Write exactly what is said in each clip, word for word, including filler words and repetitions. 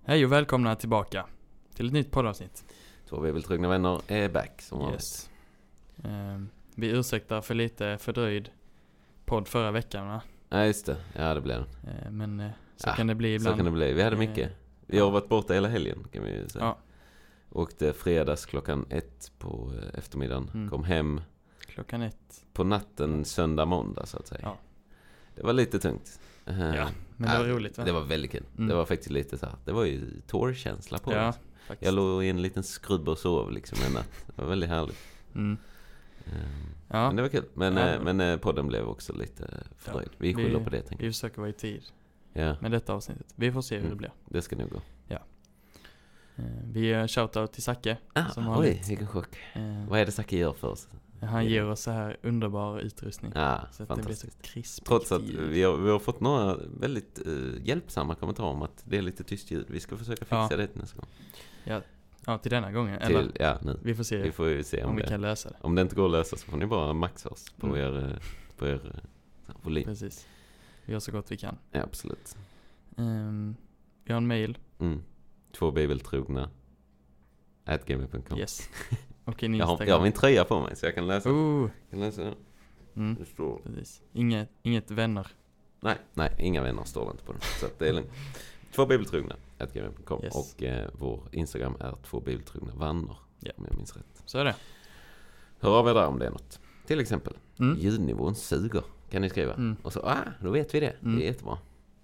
Hej och välkomna tillbaka till ett nytt poddavsnitt. Två bibeltrogna vänner är back som vanligt. Yes. Uh, vi ursäktar för lite fördröjd podd förra veckan, va? Ja, just det. Ja, det blev det. Uh, men uh, så ja, kan det bli ibland. Så kan det bli. Vi hade mycket. Vi ja. har varit borta hela helgen, kan vi ju säga. Ja. Åkte fredags klockan ett på eftermiddagen. Mm. Kom hem klockan ett. på natten söndag måndag, så att säga. Ja. Det var lite tungt. Uh, ja, men det var ja, roligt, va? Det var väldigt kul. Mm. Det var faktiskt lite så här. Det var ju tårkänsla på ja, det. faktiskt. Jag låg i en liten skrubb och sov liksom en natt. Det var väldigt härligt. Mm. Uh, ja. Men det var kul. Men, ja. uh, men podden blev också lite fördröjd. Ja. Vi skyller på det, tänker jag. Vi försöker vara i tid. Ja. Med detta avsnittet. Vi får se hur mm. det blir. Det ska nog gå. Ja. Uh, vi gör shoutout till Zacke. Ah, oj, vilken chock. Uh, Vad är det Zacke gör för oss? Han ger oss så här underbar utrustning. Ja, så att det blir så krispigt. Trots att vi har, vi har fått några väldigt uh, hjälpsamma kommentarer om att det är lite tyst ljud. Vi ska försöka fixa ja. det till nästa gång. Ja, ja till denna gången. Till, eller? Ja, nu. Vi får se, vi får ju se om, om vi det, kan lösa det. Om det inte går att lösa så får ni bara maxa oss på mm. er, på er uh, volym. Precis. Vi gör så gott vi kan. Ja, absolut. Um, vi har en mail. Mm. Två bibeltrogna at gmail punkt com. Yes. Och en jag, har, Instagram. jag har min tröja på mig så jag kan läsa. Oh. Kan läsa det. Mm. Det står. Precis. Inget, inget vänner. Nej, nej, inga vänner står det inte på den. Så att det är lugnt. Två bibeltrogna at gmail punkt com. Yes. Och eh, vår Instagram är två bibeltrogna vänner. Ja. Om jag minns rätt. Så är det. Hör av er där om det är något. Till exempel, mm. ljudnivån suger. Kan ni skriva. Mm. Och så, ah, då vet vi det. Mm. Det är jättebra.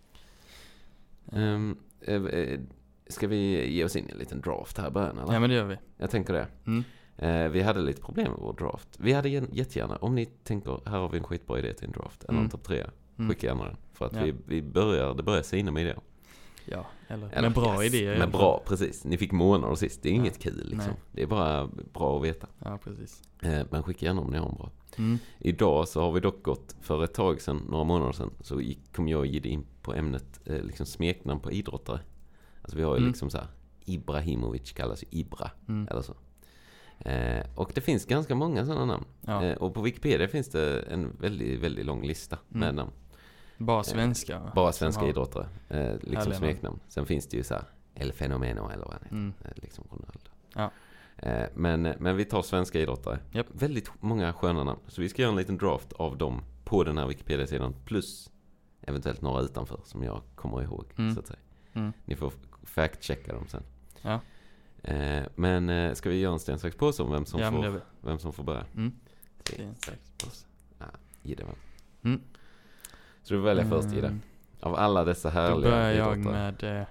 Um, eh, eh, ska vi ge oss in i en liten draft här i början, eller? Ja, men det gör vi. Jag tänker det. Mm. Eh, vi hade lite problem med vår draft. Vi hade jättegärna, om ni tänker, här har vi en skitbra idé till en draft. Eller mm. en topp tre. Mm. Skicka gärna den. För att ja. vi, vi börjar, det börjar sina med idéer. Ja, eller, eller med bra yes, idéer. Med bra, precis. Ni fick månader sist. Det är ja. inget kul liksom. Nej. Det är bara bra att veta. Ja, precis. Eh, men skicka gärna om ni har en bra. Mm. Idag så har vi dock gått, för ett tag sedan, några månader sedan, så gick, kom jag och ge in på ämnet eh, liksom smeknamn på idrottare. Alltså vi har ju mm. liksom så här, Ibrahimovic kallas ju Ibra, mm. eller så. Eh, och det finns ganska många sådana namn. Ja. Eh, och på Wikipedia finns det en väldigt, väldigt lång lista mm. med namn. Bara svenska. Eh, bara svenska har... idrottare, eh, liksom smeknamn. Man. Sen finns det ju så här, El Fenomeno eller vad han heter, mm. eh, liksom Ronaldo. Ja. Eh, men, men vi tar svenska idrottare. Yep. Väldigt många sköna namn. Så vi ska göra en liten draft av dem på den här Wikipedia-sidan. Plus eventuellt några utanför som jag kommer ihåg. Mm. Så att säga. Mm. Ni får fact-checka dem sen. Ja. Eh, men eh, ska vi göra en sten, sax, påse om vem som, ja, får, vem som får börja? Mm. Sten, sax, påse. Ja, Gide va? Mm. Så du väljer först, Gide. Av alla dessa härliga Då börjar jag idrottare. med... Eh,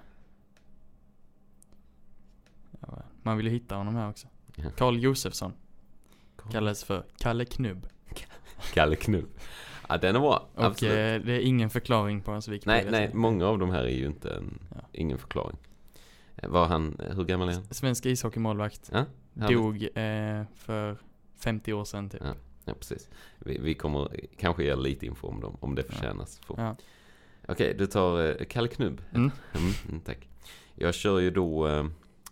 ja, man vill ju hitta honom här också. Carl Josefsson. Carl. Kallas för Kalle Knubb. Kalle Knubb. Ja, den är bra. Och absolut. Eh, det är ingen förklaring på hans Wikipedia. Nej, nej, många av de här är ju inte en, ja. ingen förklaring. Var han, hur gammal är han? Svensk ishockeymålvakt. Ja, dog eh, för femtio år sedan typ. Ja, ja precis. Vi, vi kommer kanske ge lite info om dem, om det förtjänas. Ja. Ja. Okej, okay, du tar eh, Kalle Knubb. Mm. Mm, mm, tack. Jag kör ju då... Eh,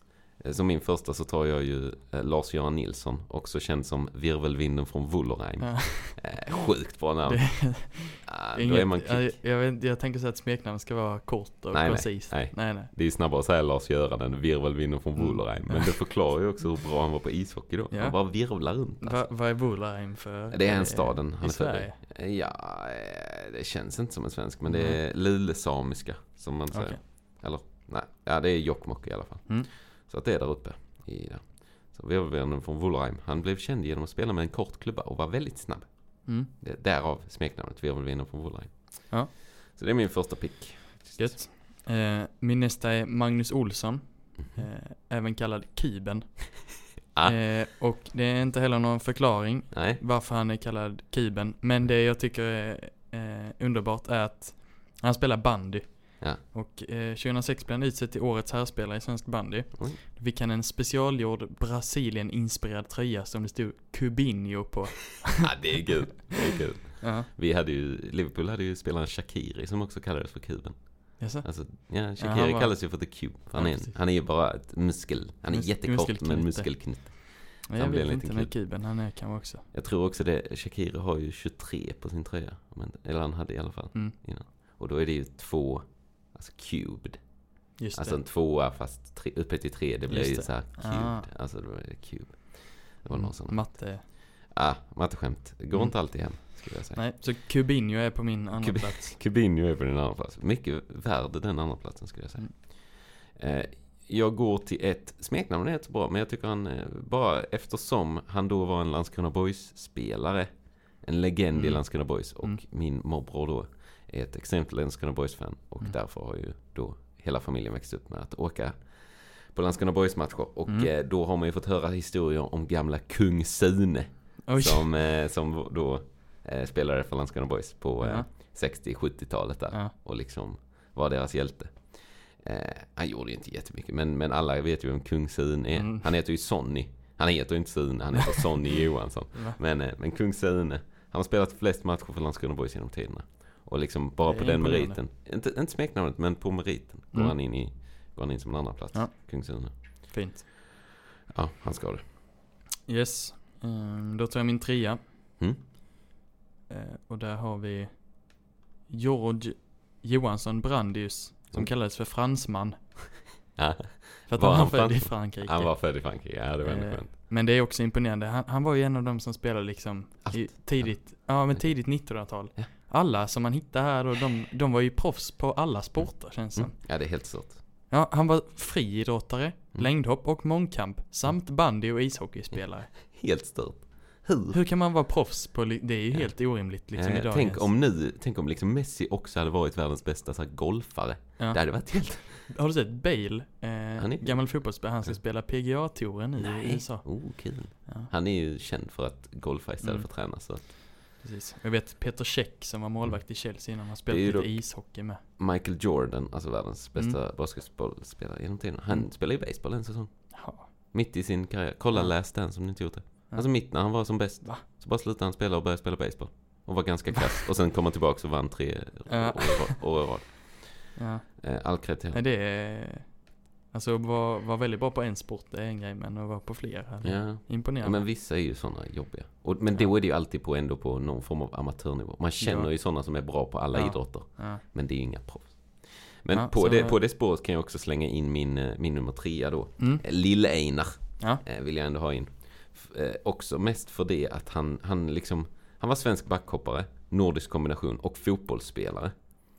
som min första så tar jag ju eh, Lars-Göran Nilsson, också känd som Virvelvinden från Wullerheim. Ja. Eh, sjukt bra namn. Det, ah, inget, då är man jag, jag, vet, jag tänker så att smeknamn ska vara kort och nej, precis. Nej, nej. nej, det är snabbare att säga Lars-Göran än Virvelvinden från mm. Wullerheim. Men det förklarar ju också hur bra han var på ishockey då. Ja. Han bara virvlar runt. Alltså. Va, vad är Wullerheim för? Det är en staden han i Sverige? Ja, det känns inte som en svensk, men mm. det är lulesamiska som man säger. Okay. Eller, nej, ja det är Jokkmokk i alla fall. Mm. Så att det är där uppe i där. Så virvelvinden från Wullerheim. Han blev känd genom att spela med en kort klubba och var väldigt snabb. Mm. Det, därav smeknamnet virvelvinden från Wullerheim. Ja. Så det är min första pick. Gött. Eh, min nästa är Magnus Olsson. Mm-hmm. Eh, även kallad Kuben. ah. eh, och det är inte heller någon förklaring Nej. varför han är kallad Kuben. Men det jag tycker är eh, underbart är att han spelar bandy. Ja. Och eh, tjugohundrasex blev han utsedd till årets herrspelare i svensk bandy. Mm. Då fick han en specialgjord Brasilien-inspirerad tröja som det stod Cubinho på. Ja, det är kul. Det är kul. Ja. Vi hade ju, Liverpool hade ju spelaren Shaqiri som också kallades för Kuben. Jaså? Alltså, ja, Shaqiri ja, kallas ju för The Cube. Han, ja, är, han är ju bara ett muskel. Han är Mus- jättekort men muskelknytt. Ja, jag vet inte med Kuben, han är kanske också. Jag tror också det, Shaqiri har ju tjugotre på sin tröja. Eller han hade i alla fall mm. innan. Och då är det ju två, alltså cubed. Just alltså det. en tvåa fast tre, uppe till tre, det blir Just ju det. så här cubed. Ah. Alltså det var cube. Det var någon sån. Matte. Ja, ah, matteskämt. Det går mm. inte alltid hem, skulle jag säga. Nej, så Cubinho är på min andra Cub- plats. Cubinho är på din andra plats. Mycket värd den andra platsen, skulle jag säga. Mm. Eh, jag går till ett smeknamn, det är inte bra, men jag tycker han, bara eftersom han då var en Landskrona Boys-spelare, en legend mm. i Landskrona Boys, och mm. min morbror då är ett extremt Landskrona Boys-fan, och mm. därför har ju då hela familjen växt upp med att åka på Landskrona Boys-matcher, och mm. eh, då har man ju fått höra historier om gamla Kung Sune som, eh, som då eh, spelade för Landskrona Boys på eh, sextio-sjuttiotalet där, ja. Och liksom var deras hjälte. Eh, han gjorde ju inte jättemycket, men, men alla vet ju vem Kung Sune är. Mm. Han heter ju Sonny. Han heter ju inte Sune, han heter Sonny Johansson. men, eh, men Kung Sune, han har spelat flest matcher för Landskrona Boys genom tiderna. Och liksom bara på den meriten, inte, inte smeknamnet, men på meriten går mm. han in i går han in som en andra plats. Ja. Kung Sune. Fint. Ja, han ska det. Yes. Um, då tar jag min trea. Mm. Uh, och där har vi George Johansson Brandius, som mm. kallades för fransman. Ja. För att var han var född i Frankrike. Han var född i Frankrike, ja, det var ändå uh, skönt. Men det är också imponerande. Han, han var ju en av dem som spelade liksom i tidigt, ja. ja men tidigt nittonhundratal. Ja. Alla som man hittar här och de, de var ju proffs på alla sporter, känns som. Mm. Ja, det är helt stort. Ja, han var friidrottare, mm. längdhopp och mångkamp, samt bandy- och ishockeyspelare. Helt stört. Hur? Hur kan man vara proffs på, det är ju ja. helt orimligt liksom ja, idag. Tänk ens. om nu, tänk om liksom Messi också hade varit världens bästa så här, golfare. Ja. Det hade varit helt... Har du sett Bale, eh, han är... gammal fotbollsspelare, han ska spela P G A-touren i Nej. U S A. Oh, kul. Ja. Han är ju känd för att golfa istället mm. för att träna, så att... Precis. Jag vet Peter Cech som var målvakt i Chelsea innan han spelade lite ishockey med. Michael Jordan, alltså världens bästa mm. basketbollspelare genom tiden. Han mm. spelade i baseball en säsong. Ja. Mitt i sin karriär. Kolla, ja. läs den som ni inte gjort det. Ja. Alltså mitt när han var som bäst. Va? Så bara slutade han spela och började spela baseball. Och var ganska kass. Och sen kom han tillbaka och vann tre ja. år i rad. Ja. All kredd till. Nej, det är... Alltså var, var väldigt bra på en sport, det är en grej, men att vara på fler. Ja. Imponerande. Ja, men vissa är ju sådana jobbiga. Och, men då är det ju alltid på ändå på någon form av amatörnivå. Man känner ja. ju sådana som är bra på alla ja. idrotter. Ja. Men det är ju inga proffs. Men ja, på, så... det, på det spåret kan jag också slänga in min, min nummer trea då. Mm. Lill-Einar ja. vill jag ändå ha in. Eh, också mest för det att han, han liksom, han var svensk backhoppare, nordisk kombination och fotbollsspelare.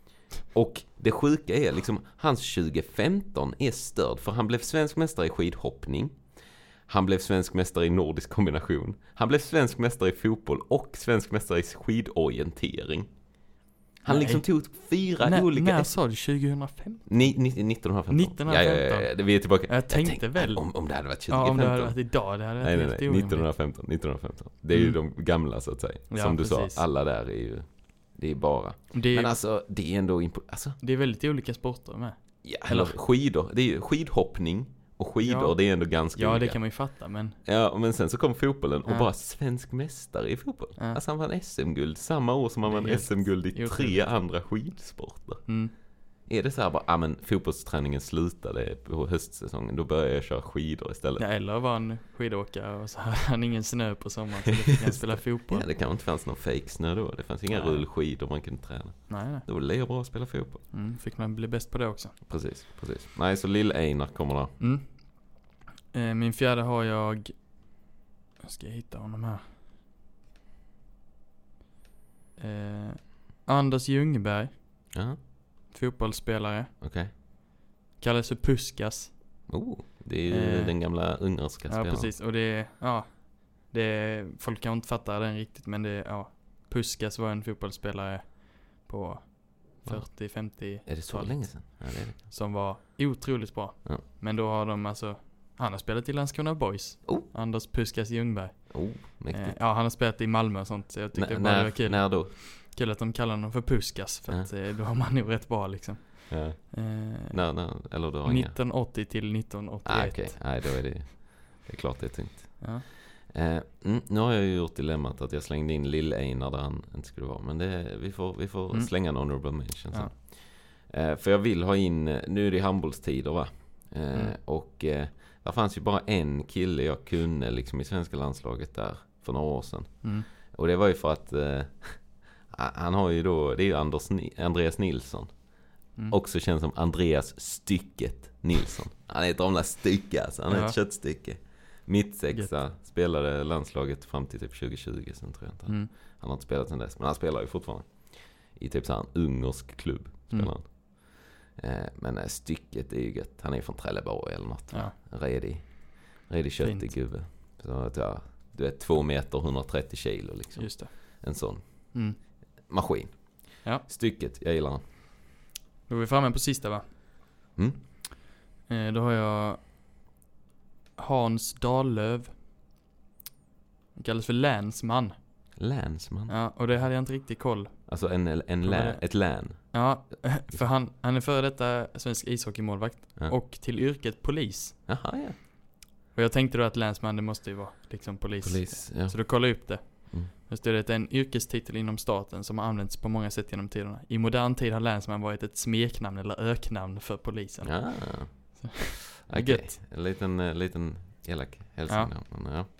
Och det sjuka är liksom, hans tjugo femton är störd, för han blev svensk mästare i skidhoppning. Han blev svensk mästare i nordisk kombination. Han blev svensk mästare i fotboll och svensk mästare i skidorientering. Han Nej. liksom tog fyra när, olika... När sa du? tjugohundrafemton? Ni, ni, nittonhundrafemton. nittonhundrafemton. Ja, ja, ja, vi är tillbaka. Jag tänkte jag tänkte, väl... Om, om det hade varit tjugo femton. Ja, om det hade varit idag, det hade nej, varit nej, nej. nittonhundrafemton, nittonhundrafemton. Det är mm. ju de gamla, så att säga. Ja, som du precis. sa, alla där är ju... Det är bara... Det är, men alltså, det är ändå... Impo- alltså, det är väldigt olika sporter med. Ja, eller skidor. Det är ju skidhoppning och skidor, ja. det är ändå ganska Ja, olika. det kan man ju fatta, men... Ja, men sen så kom fotbollen och ja. bara svensk mästare i fotboll. Ja. Alltså han vann S M-guld samma år som han vann S M-guld i tre helt. andra skidsporter. Mm. Är det så här bara, ja men fotbollsträningen slutade på höstsäsongen, då började jag köra skidor istället. Ja, eller var han skidåkare och så hade han ingen snö på sommaren så då fick han spela fotboll. Ja, det kan inte fanns någon fake snö då. Det fanns inga rullskidor man kunde träna. Nej, nej. Då var det lika bra att spela fotboll. Mm, fick man bli bäst på det också. Precis, precis. Nej, så Lill-Einar kommer där. Mm. Eh, min fjärde har jag... Jag ska hitta honom här. Eh, Anders Ljungberg. Ja. Fotbollsspelare. Okej. Okay. Kallas för Puskas. Oh, det är ju eh, den gamla ungerska spelaren. Ja, precis. Och det är, ja, det är, folk kan inte fatta den riktigt, men det är, ja, Puskas var en fotbollsspelare på fyrtio femtio Är det så länge sedan? Ja, det är det. Som var otroligt bra. Ja. Men då har de alltså, han har spelat i Landskrona Boys. Oh. Anders Puskas Ljungberg. Oh, mäktigt. Eh, ja, han har spelat i Malmö och sånt, så jag tyckte N- bara när, det var kul. När då? Kul att de kallar honom för Puskas, för ja. att eh, då har man nog rätt bra liksom. Ja. Eh, nej, nej, eller då nittonhundraåttio till nittonhundraåttioett. Ah, okej. Okay. Nej, då är det, det är klart det är tungt. Ja. Eh, mm, nu har jag ju gjort dilemmat att jag slängde in Lill-Einar där han inte skulle vara. Men det, vi får, vi får mm. slänga en honorable mention. Ja. Eh, för jag vill ha in, nu är det handbollstider va? Eh, mm. Och eh, där fanns ju bara en kille jag kunde liksom i svenska landslaget där för några år sedan. Mm. Och det var ju för att eh, han har ju då, det är ju Anders, Andreas Nilsson. Mm. Också känns som Andreas Stycket Nilsson. Han är ett ramla stycke alltså. Han är ja. ett köttstycke. Mittsexa. Get. Spelade landslaget fram till typ tjugo tjugo. Sen tror jag inte. Mm. Han har inte spelat sen dess. Men han spelar ju fortfarande. I typ så här en ungersk klubb. Spelar mm. han. Eh, men Stycket är ju gött. Han är från Trelleborg eller något. Ja. En redig, redig köttig gubbe. Så att ja, du är två meter hundratrettio kilo liksom. Just det. En sån mm. maskin. Ja. Stycket, jag gillar han. Då är vi framme på sista va? Mm. Eh, då har jag Hans Dahlöv. Han kallas för länsman. Länsman? Ja, och det hade jag inte riktigt koll. Alltså en, en län, ett län? Ja, för han, han är före detta svensk ishockeymålvakt. Ja. Och till yrket polis. Jaha, ja. Och jag tänkte då att länsman, det måste ju vara liksom polis. polis ja. Så då kollade jag upp det. Mm. Just det, det är en yrkestitel inom staten som har använts på många sätt genom tiderna. I modern tid har länsman varit ett smeknamn eller öknamn för polisen. Ja. Okej, okay. En liten, uh, liten elak hälsning. Ja. Men, ja.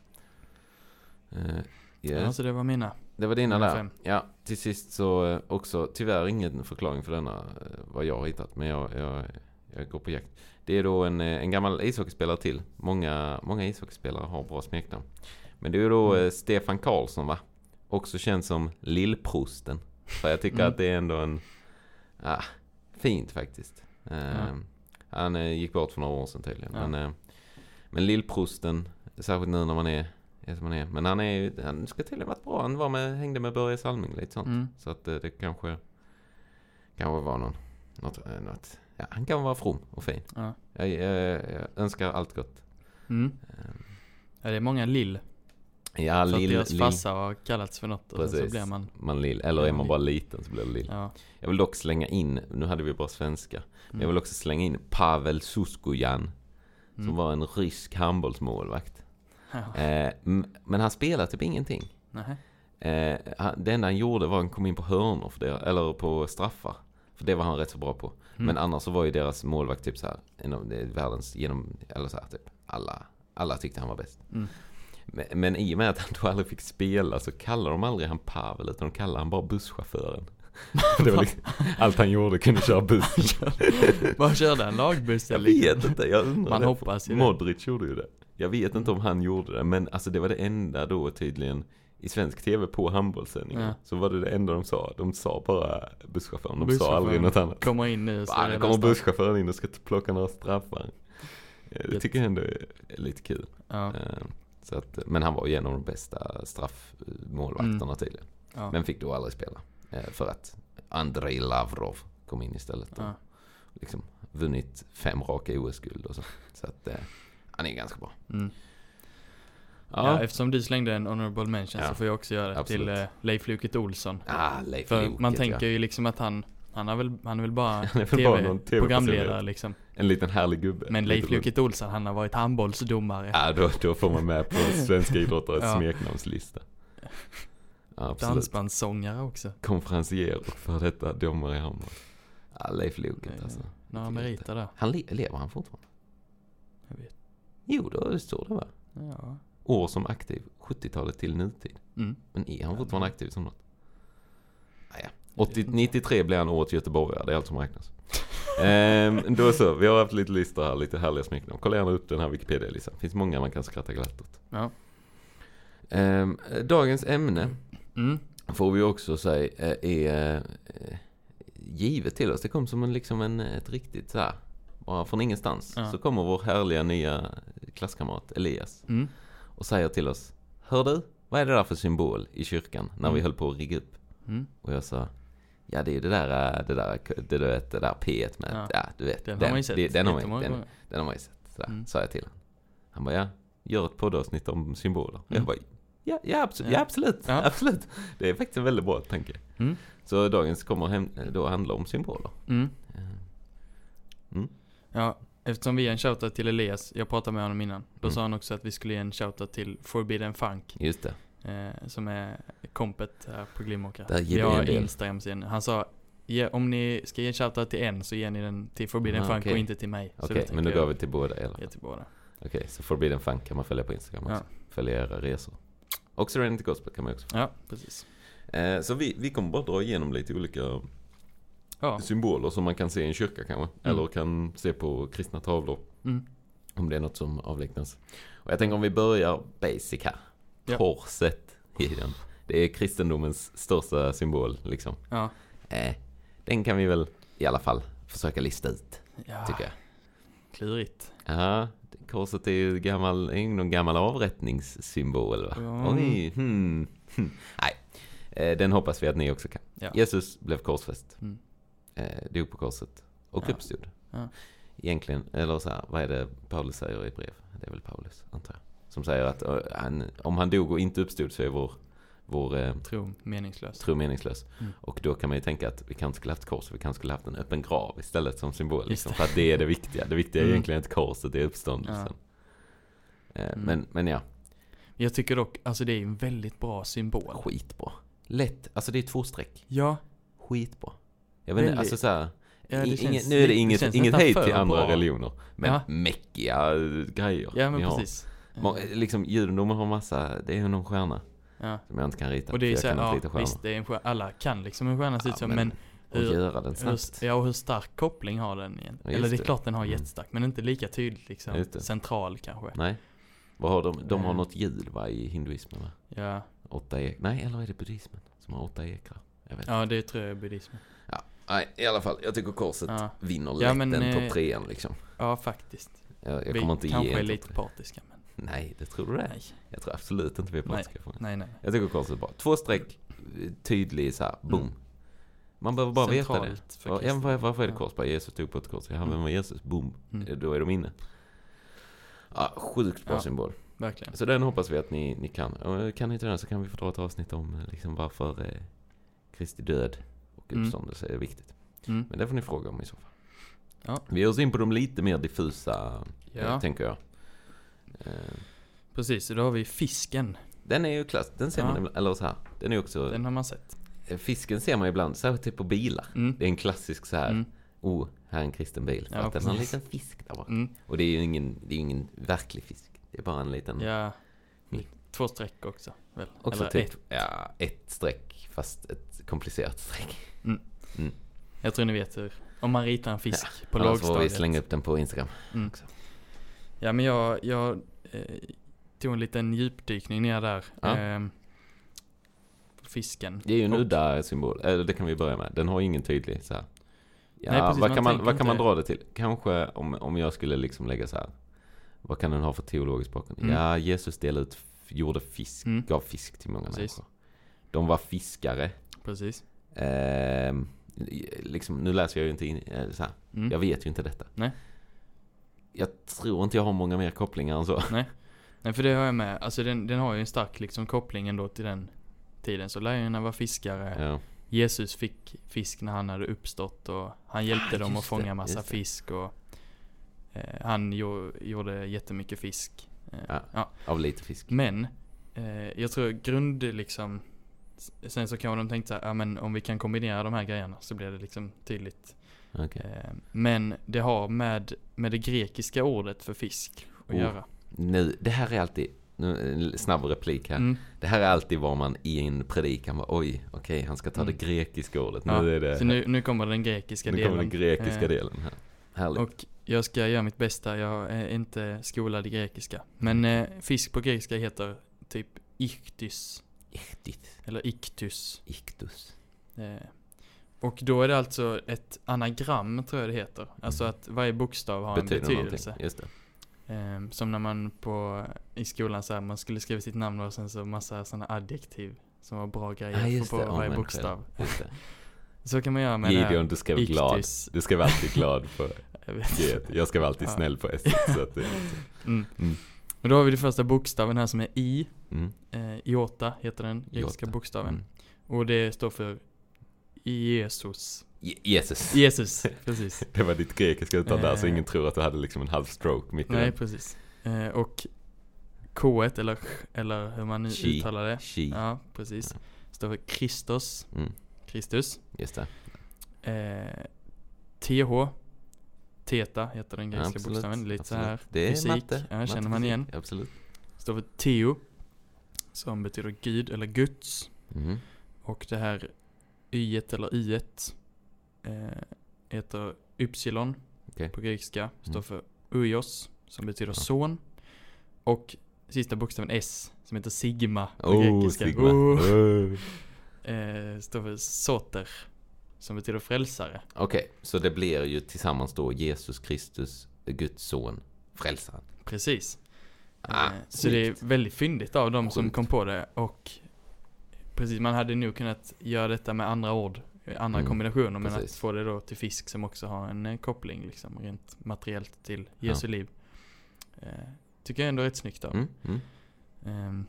Uh, yes. Ja, så det var mina. Det var dina där. Fem. Ja, till sist så uh, också, tyvärr ingen förklaring för denna, uh, vad jag har hittat. Men jag, jag, jag går på jakt. Det är då en, en gammal ishockeyspelare till. Många, många ishockeyspelare har bra smeknamn. Men det är ju då mm. Stefan Karlsson va? Också känd som Lillprosten. För jag tycker mm. att det är ändå en... Ah, fint faktiskt. Ja. Uh, han uh, gick bort för några år sedan tydligen. Ja. Men, uh, men Lillprosten, särskilt nu när man är, är som man är. Men han, är, han ska tydligen varit bra. Han var med, hängde med Börje Salming lite sånt. Mm. Så att uh, det kanske, kanske var någon... Något, uh, något, ja, han kan vara from och fin. Ja. Jag, jag, jag önskar allt gott. Mm. Um, ja, det är många Lill. Ja, för lill, att deras farsa har kallats för något. Och så blir man... man lill. Eller är man bara liten så blir det lill. Ja. Jag vill dock slänga in, nu hade vi bara svenska. Mm. Men jag vill också slänga in Pavel Suskojan. Mm. Som var en rysk handbollsmålvakt. Ja. Eh, men han spelade typ ingenting. Nej. Eh, det enda han gjorde var att han kom in på hörnor för det, eller på straffar. För det var han rätt så bra på. Mm. Men annars så var ju deras målvakt typ så här, en av världens genom, eller så här typ, alla, alla tyckte han var bäst. Mm. Men, men i och med att han då aldrig fick spela så kallar de aldrig han Pavel, utan de kallar han bara busschauffören. Det var liksom, allt han gjorde kunde köra buss. Vad körde han? Lagbuss? Jag vet inte, jag undrar. Man hoppas ju det. Modric gjorde ju det. Jag vet inte om han gjorde det, men alltså det var det enda då tydligen i svensk tv på handbollssändningen. Ja. Så var det det enda de sa. De sa bara busschauffören. De busschauffören sa aldrig något annat. Kommer in nu. Så bara, det kommer busschauffören in och ska plocka några straffar. Det tycker jag ändå är lite kul. Ja. Så att, men han var ju en av de bästa straffmålvakterna mm. tydligen. Ja. Men fick då aldrig spela. För att Andrei Lavrov kom in istället. Och ja. liksom vunnit fem raka O S-guld och så. Så att eh, han är ganska bra. Mm. Ja. Ja, eftersom du slängde en honorable mention ja. så får jag också göra det absolut. Till eh, Leif Luket Olsson. Ah, Leif För Luket, man tänker ja. ju liksom att han han har väl han är väl bara tv-programledare liksom. En liten härlig gubbe. Men Leif Luket Olsson, han har varit handbollsdomare. Ja, då, då får man med på svenska idrottares ja. smeknamnslista. Ja, dansbandssångare också. Konferencier och för detta domare i handboll. Ja, Leif Luket alltså. Några meriter där. Han le- lever han fortfarande? Jag vet. Jo, då det står det va? Ja. År som aktiv, sjuttiotalet till nutid. Mm. Men är han fortfarande aktiv som något? Naja. åttio, nittiotre blev han året Göteborg, det är allt som räknas. ehm, då så, vi har haft lite listor här, lite härliga smeknamn. Kolla gärna upp den här Wikipedia-listan. Det finns många man kan skratta glatt åt. Ja. Ehm, dagens ämne mm. får vi också säga är, är, är givet till oss. Det kom som en, liksom en, ett riktigt så här, bara från ingenstans. Ja. Så kommer vår härliga nya klasskamrat Elias mm. och säger till oss: hör du, vad är det där för symbol i kyrkan när mm. vi höll på att rigga upp? Mm. Och jag sa: ja, det är det där det där det där, det där P med ja. ja, du vet. Den, den har man ju sett. Det, den, har man, den, den har man ju sett. Så mm. sa jag till honom. Han bara: ja, gör ett poddavsnitt om symboler. Mm. Jag bara: ja, ja, absolut, ja. Ja, absolut, ja. absolut. Det är faktiskt en väldigt bra tanke. Mm. Så dagens kommer hem, då handla om symboler. Mm. Mm. Ja, eftersom vi är en shoutout till Elias, jag pratade med honom innan. Då mm. sa han också att vi skulle ge en shoutout till Forbidden Funk. Just det. Eh, som är kompet här på Glimåkra. Vi har Instagram sen. Han sa: ja, om ni ska ge en shoutout till en så ger ni den till Forbidden ah, Funk okay. och inte till mig. Okej, okay, men nu gav vi till båda eller? Ja, till båda. Okej, okay, så Forbidden Funk kan man följa på Instagram också. Ja. Följa era resor. Och Serenity Gospel kan man också. Ja, precis. Eh, så vi, vi kommer bara dra igenom lite olika ja. symboler som man kan se i en kyrka kanske. Mm. Eller kan se på kristna tavlor. Mm. Om det är något som avlägnas. Och jag tänker om vi börjar basic här. Ja. Korset i den. Det är kristendomens största symbol liksom. Ja. Eh, den kan vi väl i alla fall försöka lista ut. Ja. Tycker jag. Klurigt. Ja, korset är ju gammal, är någon gammal avrättningssymbol va? Mm. Oj, hmm. Nej, eh, den hoppas vi att ni också kan. Ja. Jesus blev korsfäst. Mm. Eh, dog på korset och ja. uppstod. Ja. Egentligen, eller så här, vad är det Paulus säger i brev? Det är väl Paulus, antar jag. Som säger att uh, han, om han dog och inte uppstod så är vår, vår eh, tro meningslös. Tro meningslös. Mm. Och då kan man ju tänka att vi kanske skulle haft kors, vi kanske skulle haft en öppen grav istället som symbol. Liksom, för att det är det viktiga. Det viktiga är mm. egentligen inte korset, det är uppståndelsen. Ja. Eh, mm. men, men ja. Jag tycker dock, alltså det är en väldigt bra symbol. Skitbra. Lätt, alltså det är två streck. Ja. Skitbra. Jag vet inte, alltså så här, ja, inget, känns, nu är det inget, det inget hejt till andra bra. religioner. Men ja. mäckiga grejer. Ja, men precis. Har. Liksom, judendomen har massa, det är ju någon stjärna. Ja. Som jag inte kan rita. Och det är så här, ja, visst, det är en stjärna. Alla kan liksom en stjärna se ut som, men hur, göra den snabbt. Hur, ja, och hur stark koppling har den igen? Ja, Eller det är klart den har mm. jättestark, men inte lika tydligt liksom, central kanske. Nej. Vad har de? De har något hjul va, i hinduismen va? Ja. Åtta ek- Nej, eller är det buddhismen som har åtta ekrar? Jag vet ja, det tror jag är buddhismen. Ja, nej, i alla fall. Jag tycker korset ja. vinner lätt ja, men, den topp trean liksom. Ja, faktiskt. Jag, jag kommer inte ge kanske är lite partiska, men... Nej, det tror du det? Nej. Jag tror absolut inte vi är partiska. Nej, nej, nej. Jag tycker korset är bra. Två streck, tydlig så här, boom. Mm. Man behöver bara centralt veta det. För ja, var, varför är det kors? Bara Jesus tog på ett kors. Ja, mm. men var Jesus? Boom. Mm. Då är de inne. Ja, sjukt bra ja, symbol. Verkligen. Så den hoppas vi att ni, ni kan. Och kan ni inte den så kan vi få dra ett avsnitt om liksom, varför eh, Kristi död och uppståndelse mm. är viktigt. Mm. Men det får ni fråga om i så fall. Ja. Vi ger oss in på de lite mer diffusa, ja. eh, tänker jag. Eh. Precis, så då har vi fisken. Den är ju klass, den ser ja. man ibland, eller så här. Den är också... Den har man sett. Fisken ser man ibland, särskilt typ på bilar. Mm. Det är en klassisk så här, mm. oh, här är en kristen bil. För ja, att det är en liten fisk där bak. Mm. Och det är ju ingen, det är ingen verklig fisk. Det är bara en liten... Ja, mm. två streck också. Väl? Också Eller typ, ett. Ja, ett streck, fast ett komplicerat streck. Mm. Mm. Jag tror ni vet hur, om man ritar en fisk ja. på lågstadiet. lågstadiet. Så får vi slänga upp den på Instagram mm. också. Ja, men jag, jag eh, tog en liten djupdykning ner där. Ja. Eh, fisken. Det är ju en udda symbol. Eller det kan vi börja med. Den har ingen tydlig så här. Ja, nej, precis, vad kan man, vad kan man dra det till? Kanske om, om jag skulle liksom lägga så här. Vad kan den ha för teologisk bakgrund? Mm. Ja, Jesus delade ut, gjorde fisk, mm. gav fisk till många precis. människor. De var fiskare. Precis. Eh, liksom, nu läser jag ju inte in, eh, så här. Mm. Jag vet ju inte detta. Nej. Jag tror inte jag har många mer kopplingar än så. Nej, nej för det har jag med. Alltså den, den har ju en stark liksom, koppling ändå till den tiden. Så lärjungarna var fiskare. Ja. Jesus fick fisk när han hade uppstått och han hjälpte ah, dem att fånga det, massa fisk och eh, han jo, gjorde jättemycket fisk. Eh, ja, ja. Av lite fisk. Men eh, jag tror grund liksom sen så kan de tänka så här, ja men om vi kan kombinera de här grejerna så blir det liksom tydligt. Okay. Eh, men det har med med det grekiska ordet för fisk att oh. göra. Nu, det här är alltid nu, en snabb replik här. Mm. Det här är alltid vad man i en predikan var, oj, okej, okay, han ska ta mm. det grekiska ordet. Nu, ja, är det, så nu, nu kommer den grekiska nu delen. Nu kommer den grekiska eh, delen här. Härligt. Och jag ska göra mitt bästa, jag är inte skolad i grekiska. Men eh, fisk på grekiska heter typ ichtys. Ichtys. Eller iktus. Iktus. Eh, och då är det alltså ett anagram, tror jag det heter. Alltså mm. att varje bokstav har Betyder en betydelse. Någonting. Just det. Um, som när man på i skolan så här, man skulle skriva sitt namn och sen så massa såna adjektiv som var bra grejer ah, på det. varje oh, bokstav. Just det. Så kan man göra med Gideon, det här. du skrev glad. Du skrev alltid glad på jag, jag skrev alltid ja. snäll på S. Så att det, mm. Mm. Och då har vi det första bokstaven här som är I. Mm. Eh, iota heter den grekiska Iota. bokstaven. Mm. Och det står för Jesus. Je- Jesus. Jesus, precis. Det var ditt grekiska uttal där, så ingen tror att du hade liksom en halv stroke mitt i Nej, den. precis. Eh, och K ett, eller, eller hur man nu She. uttalar det. She. Ja, precis. Ja. Står för Kristus. Mm. Kristus. Just det. Eh, T H. Theta heter den grekiska absolut, bokstaven. Lite absolut. så här det är fysik. matte. Ja, matte känner man igen. Absolut. Står för Theo, som betyder Gud eller Guds. Mm. Och det här Y eller Y eh, heter Ypsilon okay. på grekiska. Står mm. för Uios, som betyder ja. son. Och sista bokstaven S, som heter Sigma på oh, grekiska. Sigma. Oh. Eh, står för Soter, som betyder frälsare. Okej, okay, så det blir ju tillsammans då Jesus Kristus, Guds son, frälsaren. Precis. Ah, eh, så det är väldigt fyndigt av dem Sjukt. som kom på det. Och precis, man hade nog kunnat göra detta med andra ord, andra mm, kombinationer, men precis. Att få det då till fisk som också har en eh, koppling liksom, rent materiellt till Jesu ja. liv. Eh, tycker jag ändå är rätt snyggt av. Mm, mm. Eh,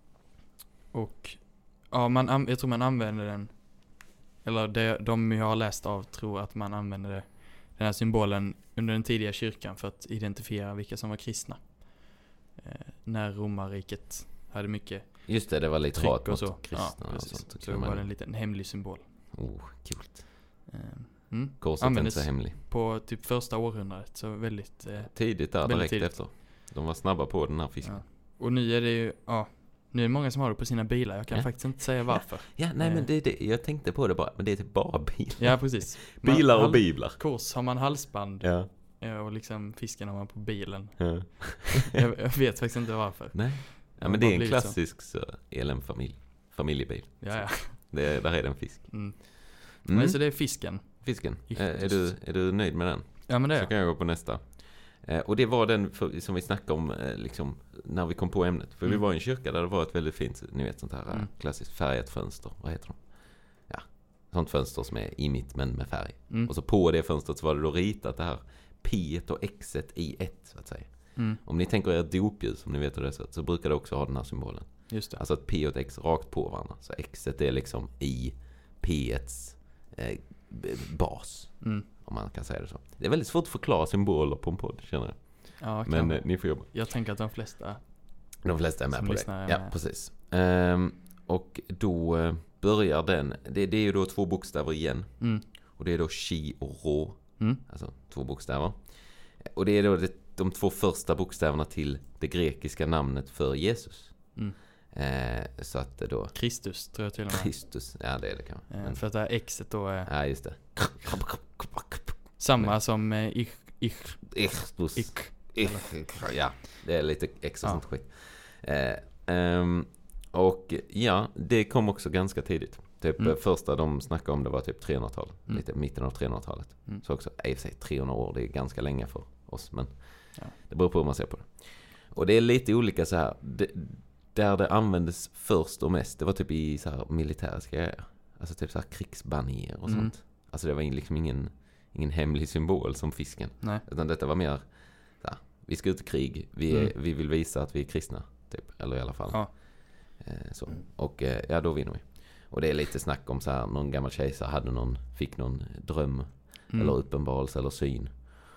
och ja, man, jag tror man använder den, eller det, de jag har läst av tror att man använder det, den här symbolen under den tidiga kyrkan för att identifiera vilka som var kristna. Eh, när romarriket hade mycket just det, det var lite hat mot så. kristna. Ja, precis. Och sånt, så det var en liten hemlig symbol. Oh, kul. Eh, mm. Korset är inte så hemlig. På typ första århundradet, så väldigt eh, tidigt där, direkt tidigt. Efter. De var snabba på den här fisken. Ja. Och nu är det ju, ja, nu är det många som har det på sina bilar. Jag kan ja. faktiskt inte säga varför. Ja, nej, men det är det. Jag tänkte på det bara. Men det är typ bara bilar. Ja, precis. bilar och hal- biblar. Kors har man halsband. Ja. Och liksom fisken har man på bilen. Ja. jag, jag vet faktiskt inte varför. Nej. Ja, men det är en klassisk så. Så, elänfamilj. Familjebil. Ja, ja. Det, där är det en fisk. Mm. Mm. Men så det är fisken. Fisken. Är, är, du, är du nöjd med den? Ja, men det är så kan jag gå på nästa. Eh, och det var den för, som vi snackade om eh, liksom, när vi kom på ämnet. För mm. vi var i en kyrka där det var ett väldigt fint, ni vet sånt här mm. klassiskt färgat fönster. Vad heter de? Ja, sånt fönster som är i mitt men med färg. Mm. Och så på det fönstret så var det då ritat det här P och X i ett så att säga. Mm. Om ni tänker er ett dopljus, som ni vet hur det är så, så brukar det också ha den här symbolen. Just det. Alltså ett P och ett X rakt på varandra. Så X är liksom i P-ets eh, bas. Mm. Om man kan säga det så. Det är väldigt svårt att förklara symboler på en podd, känner jag. Ja, men eh, ni får jobba. Jag tänker att de flesta De flesta är med på det. Är ja, med. Precis. Ehm, och då eh, börjar den. Det, det är ju då två bokstäver igen. Mm. Och det är då chi och rå. Mm. Alltså två bokstäver. Och det är då det, de två första bokstäverna till det grekiska namnet för Jesus. Mm. Eh, så att det då Kristus tror jag till och med. Kristus, ja det är det kan eh, men... För att det här Xet då är ja, just det. samma men... som eh, ich, ich, Ichtus. ich. Ich. Ja, det är lite extra ja. sånt skit. Eh, um, och ja, det kom också ganska tidigt. Typ mm. första de snackade om det var typ trehundratalet. Mm. Lite mitten av trehundratalet. Mm. Så också, i och för sig trehundra år, det är ganska länge för oss. Men ja. det beror på hur man ser på det. Och det är lite olika så här. Det, där det användes först och mest, det var typ i så här militäriska grejer. Alltså typ så här krigsbanier och mm. sånt. Alltså det var liksom ingen, ingen hemlig symbol som fisken. Nej. Utan detta var mer så här, vi ska ut i krig, vi, är, mm. vi vill visa att vi är kristna. Typ, eller i alla fall. Ja. Eh, så. Och eh, ja, då vinner vi. Och det är lite snack om så här, någon gammal kejsare hade någon, fick någon dröm mm. eller uppenbarelse eller syn.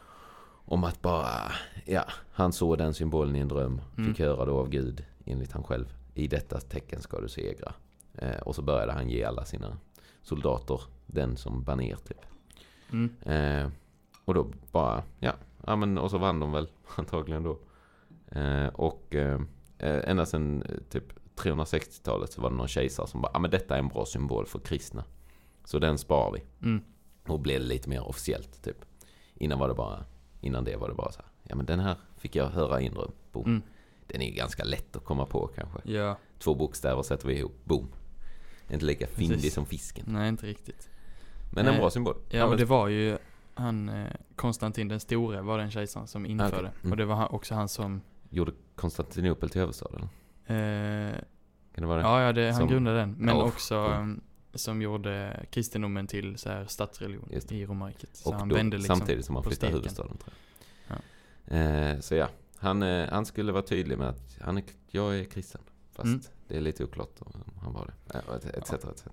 Om att bara, ja, han såg den symbolen i en dröm. Mm. Fick höra då av Gud, enligt han själv. I detta tecken ska du segra. Eh, och så började han ge alla sina soldater den som baner typ. Mm. Eh, och då bara, ja, ja men, och så vann de väl antagligen då. Eh, och eh, ända sedan typ trehundrasextiotalet så var det någon kejsare som bara, ja men detta är en bra symbol för kristna. Så den sparar vi. Mm. Och blev lite mer officiellt typ. Innan var det bara, innan det var det bara så här, ja men den här fick jag höra i en dröm. Boom. Mm. Den är ju ganska lätt att komma på kanske. Ja. Två bokstäver sätter vi ihop. Boom. Inte lika fyndig som fisken. Nej, inte riktigt. Men en eh, bra symbol. Ja, och det var ju han eh, Konstantin den store var den kejsaren som införde. Okay. Mm. Och det var han, också han som gjorde Konstantinopel till huvudstad eller? Eh, kan det vara det? Ja, ja det, han som, grundade den. Men oh, också um, som gjorde kristendomen till så här statsreligion i romarriket. Så och han då, vände liksom samtidigt som han flyttade huvudstaden tror jag. Ja. Eh, så ja, han, eh, han skulle vara tydlig med att han är, jag är kristen. Fast mm. det är lite oklart om han var det. Eh, et cetera, et cetera.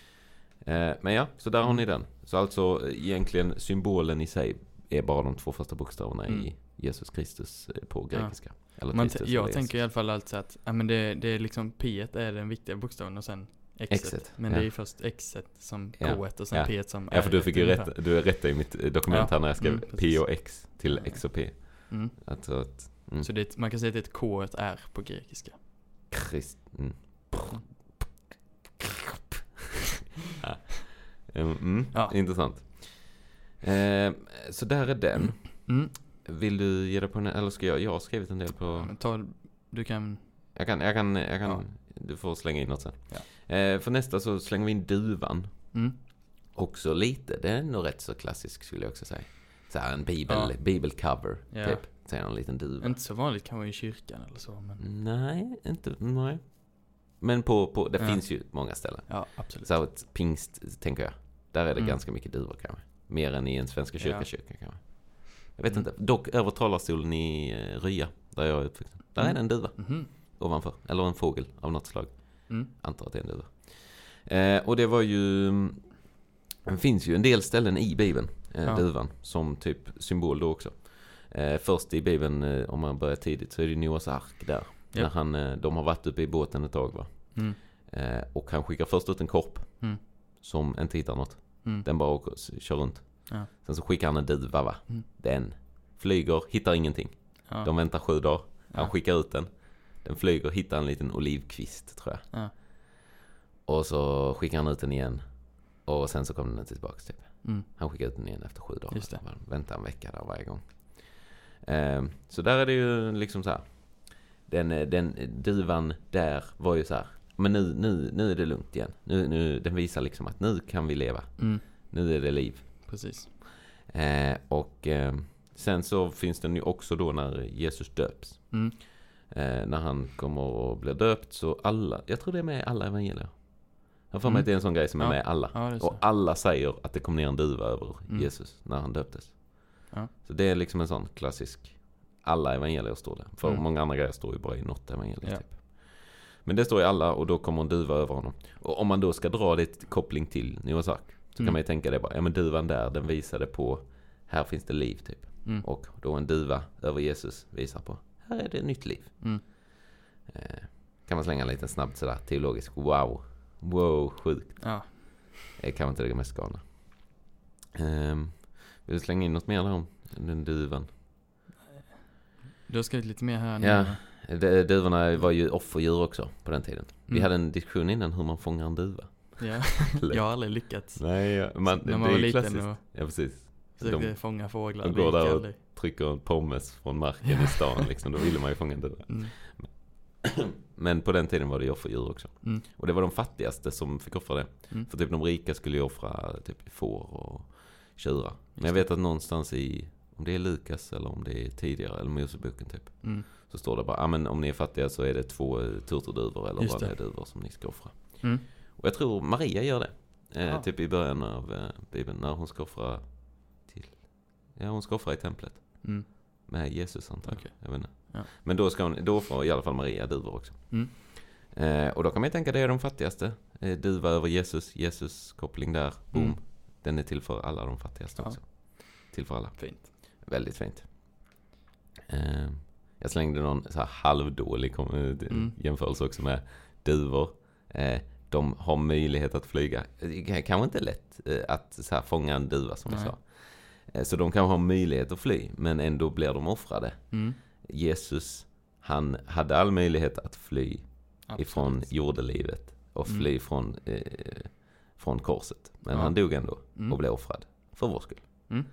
Eh, men ja, så där har ni den. Så alltså egentligen symbolen i sig är bara de två första bokstäverna mm. i Jesus Kristus på grekiska. Ja. Eller Man Kristus, t- jag eller tänker i alla fall alltså att ja, men det, det är liksom P är den viktiga bokstaven och sen X. Men ja. det är först X som K ja. och sen ja. P som R. Ja, för du fick ju rätt, du är rätt i mitt dokument ja. här när jag skrev mm, P och X till ja. X och P. Mm. Alltså att, mm. Så det, man kan säga att det är ett K och ett R på grekiska. Krist... Mm. ja. Mm, ja. Intressant. Eh, så där är den. Mm. Vill du ge det på en, eller ska jag? Jag har skrivit en del på... Ta, du kan... Jag kan, jag kan, jag kan ja. Du får slänga in något sen. Ja. Eh, för nästa så slänger vi in duvan. Mm. Också lite, det är nog rätt så klassisk skulle jag också säga. Så här en bibel, ja. bibelcover ja. typ. Så en liten duva. Inte så vanligt kan vara i kyrkan eller så. Men... Nej, inte, nej. Men på, på det ja. finns ju många ställen. Ja, absolut. Så ett pingst, tänker jag. Där är det mm. ganska mycket duvor kanske. Mer än i en svenska kyrka-kyrka kanske. Jag vet mm. inte. Dock över talarstolen i uh, Rya, där jag är uppvuxen. Där mm. är det en duva. Mm. Ovanför. Eller en fågel av något slag. Mm. Antar att det är en duva. Eh, och det var ju... Det finns ju en del ställen i Bibeln, eh, ja. duvan, som typ symbol då också. Eh, först i Bibeln, eh, om man börjar tidigt, så är det Noas ark där. Yep. När han, eh, de har varit uppe i båten ett tag va. Mm. Eh, och han skickar först ut en korp mm. som inte hittar något. Mm. Den bara åker, kör runt. Ja. Sen så skickar han en duva va. Mm. Den flyger, hittar ingenting. Ja. De väntar sju dagar. Han ja. skickar ut den. Den flyger, hittar en liten olivkvist tror jag. Ja. Och så skickar han ut den igen. Och sen så kommer den tillbaka typ. Mm. Han skickar ut den igen efter sju dagar. Just det. Väntar en vecka där varje gång. Eh, så där är det ju liksom så här. Den, den duvan där var ju så här. Men nu, nu, nu är det lugnt igen. Nu, nu, den visar liksom att nu kan vi leva. Mm. Nu är det liv. Precis. Eh, och eh, sen så finns den ju också då när Jesus döps. Mm. Eh, när han kommer och blir döpt så alla, jag tror det är med alla evangelier. Jag får mig mm. att det är en sån grej som är ja. med alla. Ja, och alla säger att det kom ner en duva över mm. Jesus när han döptes. Ja. Så det är liksom en sån klassisk, alla evangelier står det. För mm. många andra grejer står ju bara i något evangelier ja. typ. Men det står i alla och då kommer en duva över honom. Och om man då ska dra det till koppling till Noas ark så mm. kan man ju tänka det bara, ja men duvan där, den visade på, här finns det liv typ. Mm. Och då en duva över Jesus visar på, här är det nytt liv. Mm. Eh, kan man slänga en liten snabbt sådär teologisk, wow. Wow, sjukt. Ja. Jag kan inte det mest galna. Um, vill du slänga in något mer om den duvan? Du har skrivit lite mer här nu. Ja, d- duvorna var ju offerdjur också på den tiden. Mm. Vi hade en diskussion innan hur man fångar en duva. Ja, jag har aldrig lyckats. Nej, ja. man, när man det var är liten klassiskt. och ja, precis. försökte de, fånga fåglar. De går där och trycker en pommes från marken i stan. Liksom. Då ville man ju fånga en duva. Mm. Men på den tiden var det ju offerdjur också. Mm. Och det var de fattigaste som fick offra det. Mm. För typ de rika skulle ju offra typ får och tjurar. Men jag vet att någonstans i, om det är Lukas eller om det är tidigare, eller Moseboken typ. Mm. Så står det bara, ja ah, men om ni är fattiga så är det två turturduvor eller vad det är duvor som ni ska offra. Mm. Och jag tror Maria gör det. Eh, typ i början av eh, Bibeln när hon ska offra till, ja hon ska offra i templet. Mm. Med Jesus antar jag. Okay. Jag vet inte. Ja. Men då, ska hon, då får i alla fall Maria duvor också. Mm. Eh, och då kan man ju tänka det är de fattigaste. Eh, duva över Jesus, Jesus koppling där. Boom. Mm. Den är till för alla de fattigaste ja. också. Till för alla. Fint. Väldigt fint. Eh, jag slängde någon så här halvdålig mm. jämförelse också med duvor. Eh, de har möjlighet att flyga. Det kanske inte lätt eh, att så här, fånga en duva som Nej. jag sa. Eh, så de kan ha möjlighet att fly. Men ändå blir de offrade. Mm. Jesus, han hade all möjlighet att fly Absolut. ifrån jordelivet och fly mm. från, eh, från korset. Men ja. han dog ändå mm. och blev offrad för vår skull. Mm.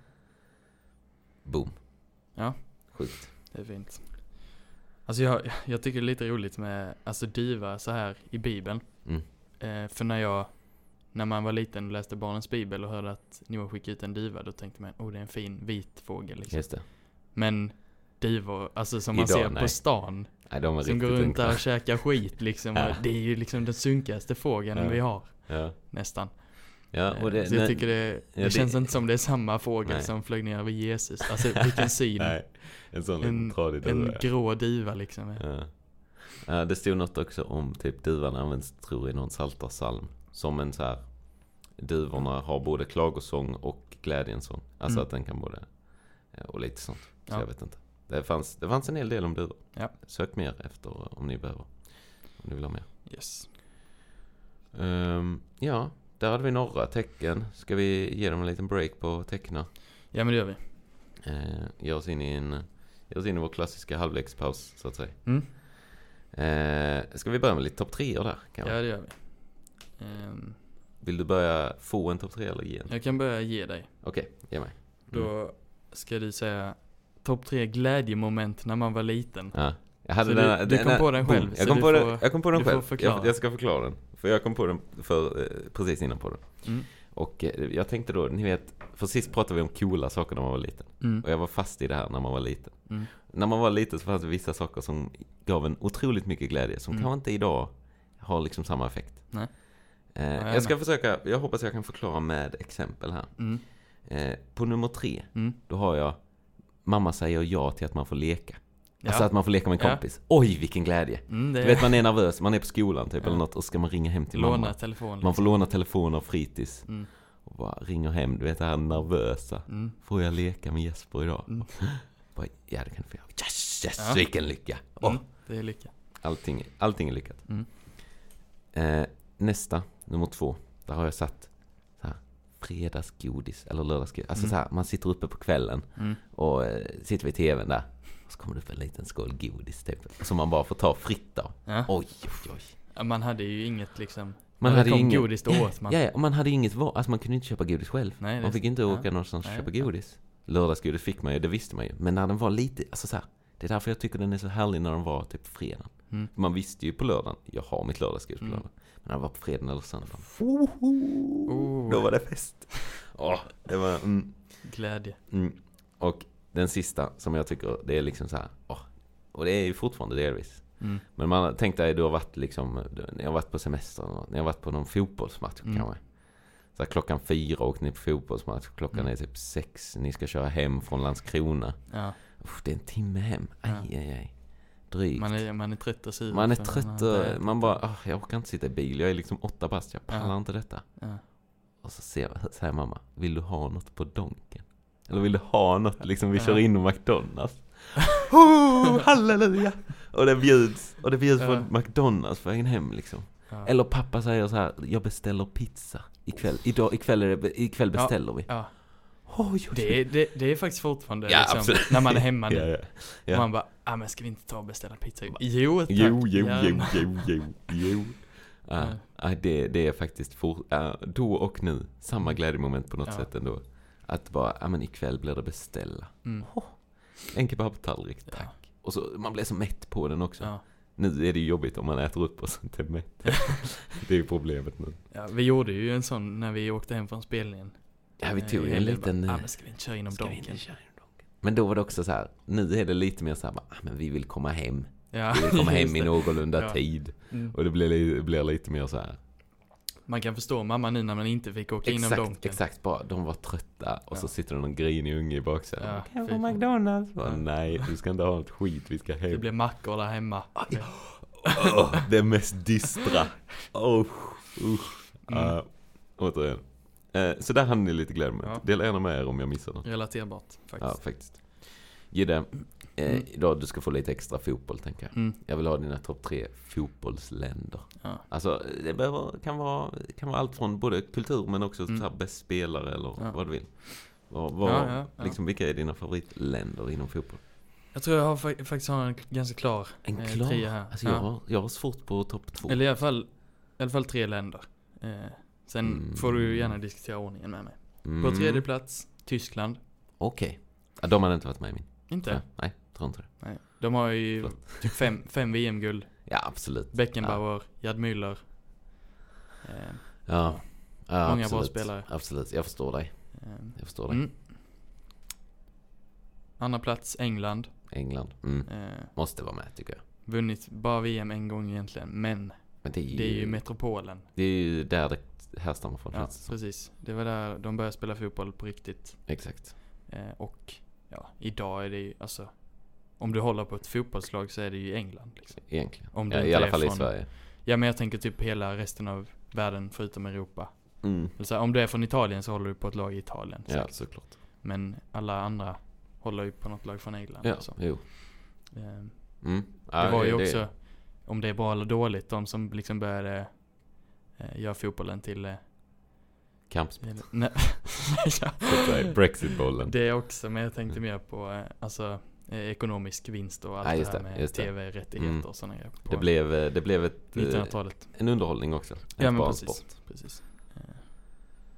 Boom. Ja. Sjukt. Det är fint. Alltså jag, jag tycker det är lite roligt med alltså duva så här i Bibeln. Mm. Eh, för när jag när man var liten och läste barnens bibel och hörde att Noa skickade ut en duva, då tänkte man, åh det är en fin vit fågel liksom. Just det. Men duvor, alltså som man Idag, ser nej. på stan nej, de som går runt där och käkar skit liksom. Ja. Det är ju liksom den sunkigaste fågeln ja. vi har. Ja. Nästan. Ja, och det, så jag nej, tycker det, det, ja, det känns inte som det är samma fågel nej. som flög ner över Jesus. Alltså vilken syn. Nej, en sån en, duva, en grå duva liksom. Ja. Ja, det stod något också om typ duvan används tror i någon saltarsalm. Som en så här, duvorna har både klagosång och glädjensång. Alltså mm. att den kan både, och lite sånt. Så ja. jag vet inte. Det fanns, det fanns en hel del om duvor. Ja. Sök mer efter om ni behöver. Om ni vill ha mer. Yes. Um, ja, där hade vi några tecken. Ska vi ge dem en liten break på teckna? Ja, men det gör vi. Uh, ge oss in i en, ge oss in i vår klassiska halvlekspaus, så att säga. Mm. Uh, ska vi börja med lite topp tre där? Kan ja, det gör vi. Um, Vill du börja få en topp tre eller ge en? Jag kan börja ge dig. Okej, okay, ge mig. Då mm. ska du säga topp tre glädjemoment när man var liten. Ja. Jag hade så den, du, du kom den, på den själv. Jag kom på, får, den, jag kom på den själv. Jag, jag ska förklara den. För jag kom på den för, eh, precis innan på den. Mm. Och eh, jag tänkte då, ni vet, för sist pratade vi om coola saker när man var liten. Mm. Och jag var fast i det här när man var liten. Mm. När man var liten så fanns det vissa saker som gav en otroligt mycket glädje. Som mm. kanske inte idag har liksom samma effekt. Nej. Eh, jag, jag ska försöka, jag hoppas jag kan förklara med exempel här. Mm. Eh, på nummer tre, mm. då har jag mamma säger ja till att man får leka. Ja. Alltså att man får leka med en kompis. Ja. Oj, vilken glädje. Mm, det... Du vet, man är nervös, man är på skolan typ ja. eller något och ska man ringa hem till låna mamma. Telefon, liksom. Man får låna telefoner och fritids. Mm. Och bara ringer hem, du vet det här nervösa. Mm. Får jag leka med Jesper idag? Mm. Bara, ja, det kan du få göra. Yes, yes, ja. Vilken lycka. Oh. Mm, det är lycka. Allting, allting är lyckat. Mm. Eh, nästa, nummer två. Där har jag satt så här, fredagsgodis eller lördagsgodis. Alltså mm. så här, man sitter uppe på kvällen mm. och eh, sitter vid tvn där. Och så kommer det upp en liten skål godis typ. Som man bara får ta fritt av. Ja. Oj, oj, oj. Ja, man hade ju inget liksom... Man hade inget godis då åt man. Ja, ja, och man hade inget val. Alltså man kunde inte köpa godis själv. Nej, man fick inte åka ja. någonstans och köpa godis. Lördagsgodis fick man ju, det visste man ju. Men när den var lite, alltså så här, det är därför jag tycker den är så härlig när den var typ på fredagen. Mm. Man visste ju på lördagen, jag har mitt lördagsgodis på mm. lördagen. Men när den var på fredagen eller söndagen. Oh. Då var det fest. Åh, det var... Mm. Glädje. Mm. Och den sista som jag tycker, det är liksom så här, åh, och det är ju fortfarande delvis. Mm. Men man tänkte att du har varit liksom, när jag har varit på semester, när jag har varit på någon fotbollsmatch mm. kanske. Så här, klockan fyra åkte ni på fotbollsmatch, klockan mm. är typ sex, ni ska köra hem från Landskrona. Ja. Uff, det är en timme hem, aj, ja. aj, aj. Drygt. Man är, man är trött och sur. Man är trött och man bara, oh, jag orkar inte sitta i bil, jag är liksom åtta bast, jag pallar ja. inte detta. Ja. Och så säger, säger mamma, vill du ha något på donken? Eller vill du ha något, liksom vi ja. kör in på McDonalds. Oh, halleluja! Och det bjuds, och det bjuds ja. på McDonalds för en hem liksom. Ja. Eller pappa säger så här, jag beställer pizza ikväll. Idag, ikväll, är det, ikväll beställer ja. vi. Ja. Oh, det, är, det, det är faktiskt fortfarande ja, liksom, när man är hemma nu. ja, ja. Ja. Man bara, ah, men ska vi inte ta och beställa pizza? Jo, tack. Jo, jo, jo, jo, jo, jo. Ah, ah, det, det är faktiskt for, ah, då och nu samma glädjemoment på något ja. sätt ändå. Att bara, ja ah, men ikväll blir det beställa. Mm. Oh, en kebabtallrik, tack. Ja. Och så, man blir så mätt på den också. Ja. Nu är det jobbigt om man äter upp och så inte är mätt. Det är ju problemet nu. Ja, vi gjorde ju en sån när vi åkte hem från spelningen. Ja, vi tog ju en liten... Ja, ah, men ska vi inte köra inom donken? Men då var det också så här, nu är det lite mer så här, ah, men vi vill komma hem. Ja, vi vill komma hem i någorlunda ja. tid. Mm. Och det blir, blir lite mer så här. Man kan förstå mamma nu när man inte fick åka exakt, inom donken. Exakt, bara de var trötta och ja. så sitter det någon grinig unge i baksätet. Ja, kan jag få McDonalds? Ja. Nej, du ska inte ha något skit, vi ska hem. Det blir mackor där hemma. Ja. Oh, det mest dystra. Oh, uh. mm. uh, återigen. Uh, så där hade ni lite glädje. Ja. Dela gärna med er om jag missar något. Relaterbart, faktiskt. Ja, faktiskt. Gidde, eh, mm. idag du ska få lite extra fotboll, tänker jag. Mm. Jag vill ha dina topp tre fotbollsländer. Ja. Alltså, det behöver, kan, vara, kan vara allt från både kultur men också mm. så här bäst spelare eller ja. vad du vill. Var, var, ja, ja, ja. Liksom, vilka är dina favoritländer inom fotboll? Jag tror jag har fa- faktiskt har en ganska klar, en klar? Eh, trea här. Alltså, jag, har, jag har svårt på topp två. Eller i alla fall, i alla fall tre länder. Eh, sen mm. får du gärna diskutera ordningen med mig. Mm. På tredje plats, Tyskland. Okej. Okay. Ja, de har inte varit med i min. Inte? Ja, nej, tror inte det. Nej. De har ju typ fem, fem V M-guld. Ja, absolut. Beckenbauer, ja. Gerd Müller. Eh, ja. ja, många absolut. bra spelare. Absolut, jag förstår dig. Eh, jag förstår dig. Mm. Andra plats, England. England, mm. eh, måste vara med tycker jag. Vunnit bara V M en gång egentligen, men, men det, är ju, det är ju metropolen. Det är ju där det härstammar från. Ja, precis. Det var där de började spela fotboll på riktigt. Exakt. Eh, och ja, idag är det ju, alltså, om du håller på ett fotbollslag så är det ju England liksom. Egentligen. Om ja, i alla fall från, i Sverige. Ja, men jag tänker typ hela resten av världen förutom Europa. Mm. Alltså, om du är från Italien så håller du på ett lag i Italien. Ja, säkert. Såklart. Men alla andra håller ju på något lag från England. Ja, alltså. jo. Eh, mm. ja, det var ju det, också, det. Om det är bra eller dåligt, de som liksom började eh, göra fotbollen till... Eh, kampsport. Nej. Ja. Brexit-bollen. Det också, men jag tänkte mer på eh, alltså, eh, ekonomisk vinst och allt ja, det här med det, tv-rättigheter mm. och sådana grejer. Det blev, det blev ett, nittonhundratalet. En underhållning också. Ja, men precis. precis.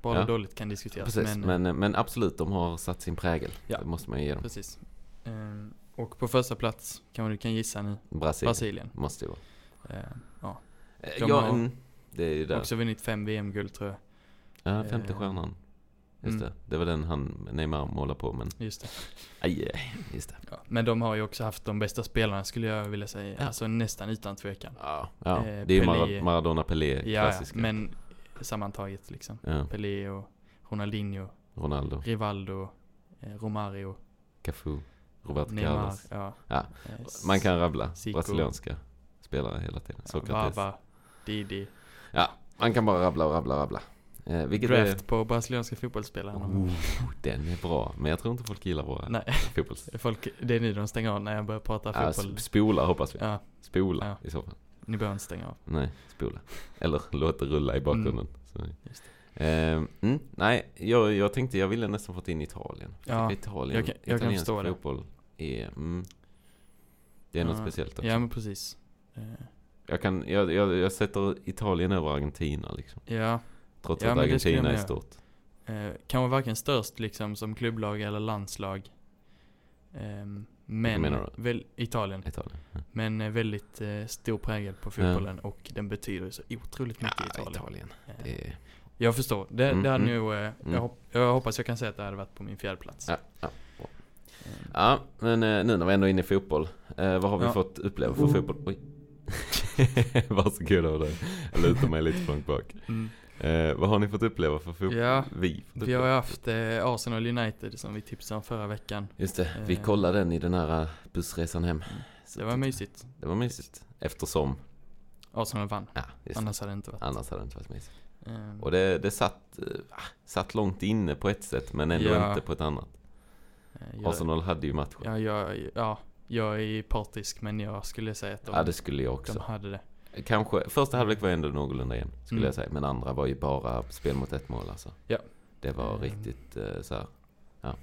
Bra eller ja. dåligt kan diskuteras. Precis, men, men, men absolut, de har satt sin prägel. Ja. Det måste man ge dem. Precis. Um, och på första plats kan man du kan gissa nu. Brasilien. Brasilien. Måste ju vara. Uh, ja. De ja, har det är ju där. också vunnit fem V M-guld tror jag. Ja, femte uh, stjärnan. Just mm. det. Det var den han Neymar målar på, men just det. Aj, just det. Ja, men de har ju också haft de bästa spelarna skulle jag vilja säga. Ja. Alltså nästan utan tvekan. Ja, ja. Eh, det är Pelé, ju Maradona, Pelé, klassiska. Ja, men sammantaget liksom. Ja. Pelé och Ronaldinho, Ronaldo, Rivaldo, eh, Romario, Cafu, Roberto Neymar, Carlos. Ja. Ja. Eh, Man kan rabbla Zico, brasilianska spelare hela tiden. Ja, Vava, Didi. Ja, man kan bara rabbla och rabbla och rabbla. Eh, Draft är... på brasilianska fotbollsspelare. Oh, den är bra. Men jag tror inte folk gillar våra Nej. fotbolls. Folk, det är nu de stänger av när jag börjar prata ja, fotboll. Spola hoppas vi. Ja. Spola ja. i så fall. Ni behöver inte stänga av. Nej, spola. Eller låt det rulla i bakgrunden. Mm. Så. Just eh, mm, nej, jag, jag tänkte jag ville nästan fått in Italien. Ja, Italien, jag kan, jag kan förstå fotboll är, mm, det är ja. något speciellt också. Ja, men precis. Eh. Jag, kan, jag, jag, jag sätter Italien över Argentina liksom. Ja. Trots ja, att Argentina är stort. Eh, kan vara varken störst liksom som klubblag eller landslag. Eh, men väl, Italien. Italien. Ja. Men eh, väldigt eh, stor prägel på fotbollen ja. Och den betyder så otroligt mycket ja, i Italien. Italien. Eh, det... Jag förstår. Det, mm, det hade mm, nog, eh, mm. jag, hopp, jag hoppas jag kan säga att det hade varit på min fjärde plats. Ja, ja. ja men eh, nu när vi ändå är inne i fotboll. Eh, vad har vi ja. fått uppleva för fotboll? Oj. Varsågod av dig. Jag lutar mig lite långt bak. Mm. Eh, vad har ni fått uppleva för fotboll? Ja, vi, vi har haft eh, Arsenal United som vi tipsade om förra veckan. Just det, vi eh. kollade den i den här bussresan hem. Så det var mysigt. Det var mysigt, eftersom Arsenal vann. Ja, annars hade det inte varit. Annars hade det inte varit mysigt. Mm. Och det, det satt, äh, satt långt inne på ett sätt, men ändå ja. inte på ett annat. Jag, Arsenal hade ju matchen. Ja, jag, ja, jag är partisk, men jag skulle säga att de, ja, det skulle jag också. De hade det. Kanske, första halvlek var ändå någorlunda igen, skulle mm. jag säga. Men andra var ju bara spel mot ett mål alltså. Ja. Det var mm. riktigt uh, så här, ja.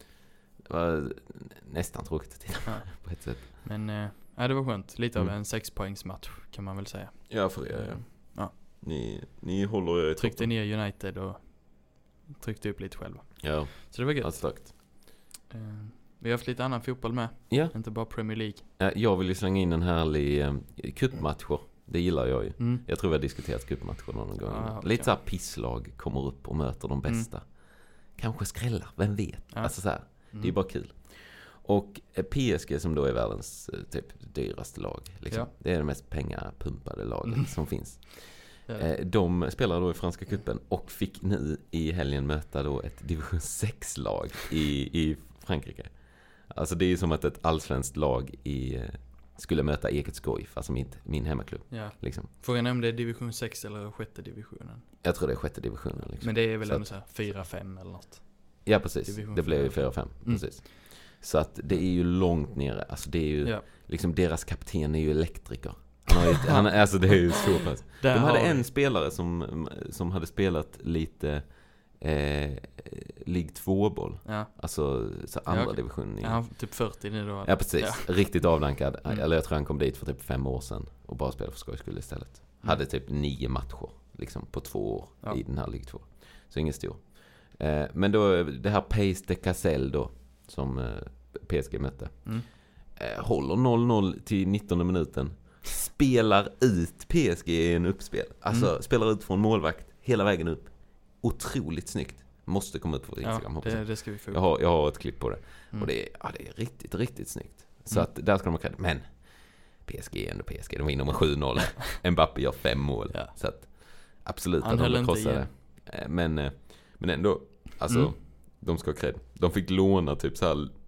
Det var nästan tråkigt att titta ja. på ett sätt. Men uh, ja, det var skönt. Lite mm. av en sexpoängsmatch kan man väl säga. Ja, för er, ja. ja. Ni, ni håller er i tryckte toppen. Ner United och tryckte upp lite själva. Ja. Så det var gött. Abstrakt. Uh, vi har haft lite annan fotboll med. Ja. Inte bara Premier League. Ja, jag vill ju slänga in en härlig uh, cupmatcher. Det gillar jag ju. Mm. Jag tror vi har diskuterat cupmatcher någon gång. Ah, lite så här pisslag kommer upp och möter de bästa. Mm. Kanske skrällar, vem vet. Ja. Alltså så här, mm. det är bara kul. Och P S G som då är världens typ dyraste lag. Liksom. Ja. Det är det mest pengapumpade laget mm. som finns. Ja. De spelar då i franska kuppen och fick nu i helgen möta då ett division sex-lag i, i Frankrike. Alltså det är ju som att ett allsvenskt lag i... skulle möta Ekets Goif, alltså min, min hemmaklubb. Ja. Liksom. Frågan är om det är division sex eller sjätte divisionen. Jag tror det är sjätte divisionen. Liksom. Men det är väl så ändå så här fyra fem eller något. Ja, precis. Division det blev ju fyra fem, mm. precis. Så att det är ju långt nere. Alltså det är ju, ja. liksom deras kapten är ju elektriker. Han har ju, han, alltså det är ju så pass. De hade en spelare som, som hade spelat lite... Eh, League två-boll. Ja. Alltså så andra ja, okay. divisionen. Ja, typ fyrtio nu då. Ja, precis. Ja. Riktigt avdankad. Mm. Eller jag tror han kom dit för typ fem år sedan och bara spelade för skoj skull istället. Mm. Hade typ nio matcher liksom på två år ja. i den här League två. Så ingen stor. Eh, men då det här Pays de Cassel då som eh, P S G mötte. Mm. Eh, håller noll noll till nittonde minuten. Spelar ut P S G i en uppspel. Alltså mm. spelar ut från målvakt hela vägen upp. Otroligt snyggt. Måste komma ut på Instagram. Ja, det, det ska vi få. Jag har, jag har ett klipp på det. Mm. Och det är, ja, det är riktigt, riktigt snyggt. Så mm. att där ska de ha credit. Men P S G är ändå P S G. De vinner med sju noll. Mbappé gör fem mål. Ja. Så att absolut han att de krossade. Men, men ändå, alltså, mm. de ska ha credit. De fick låna typ så här,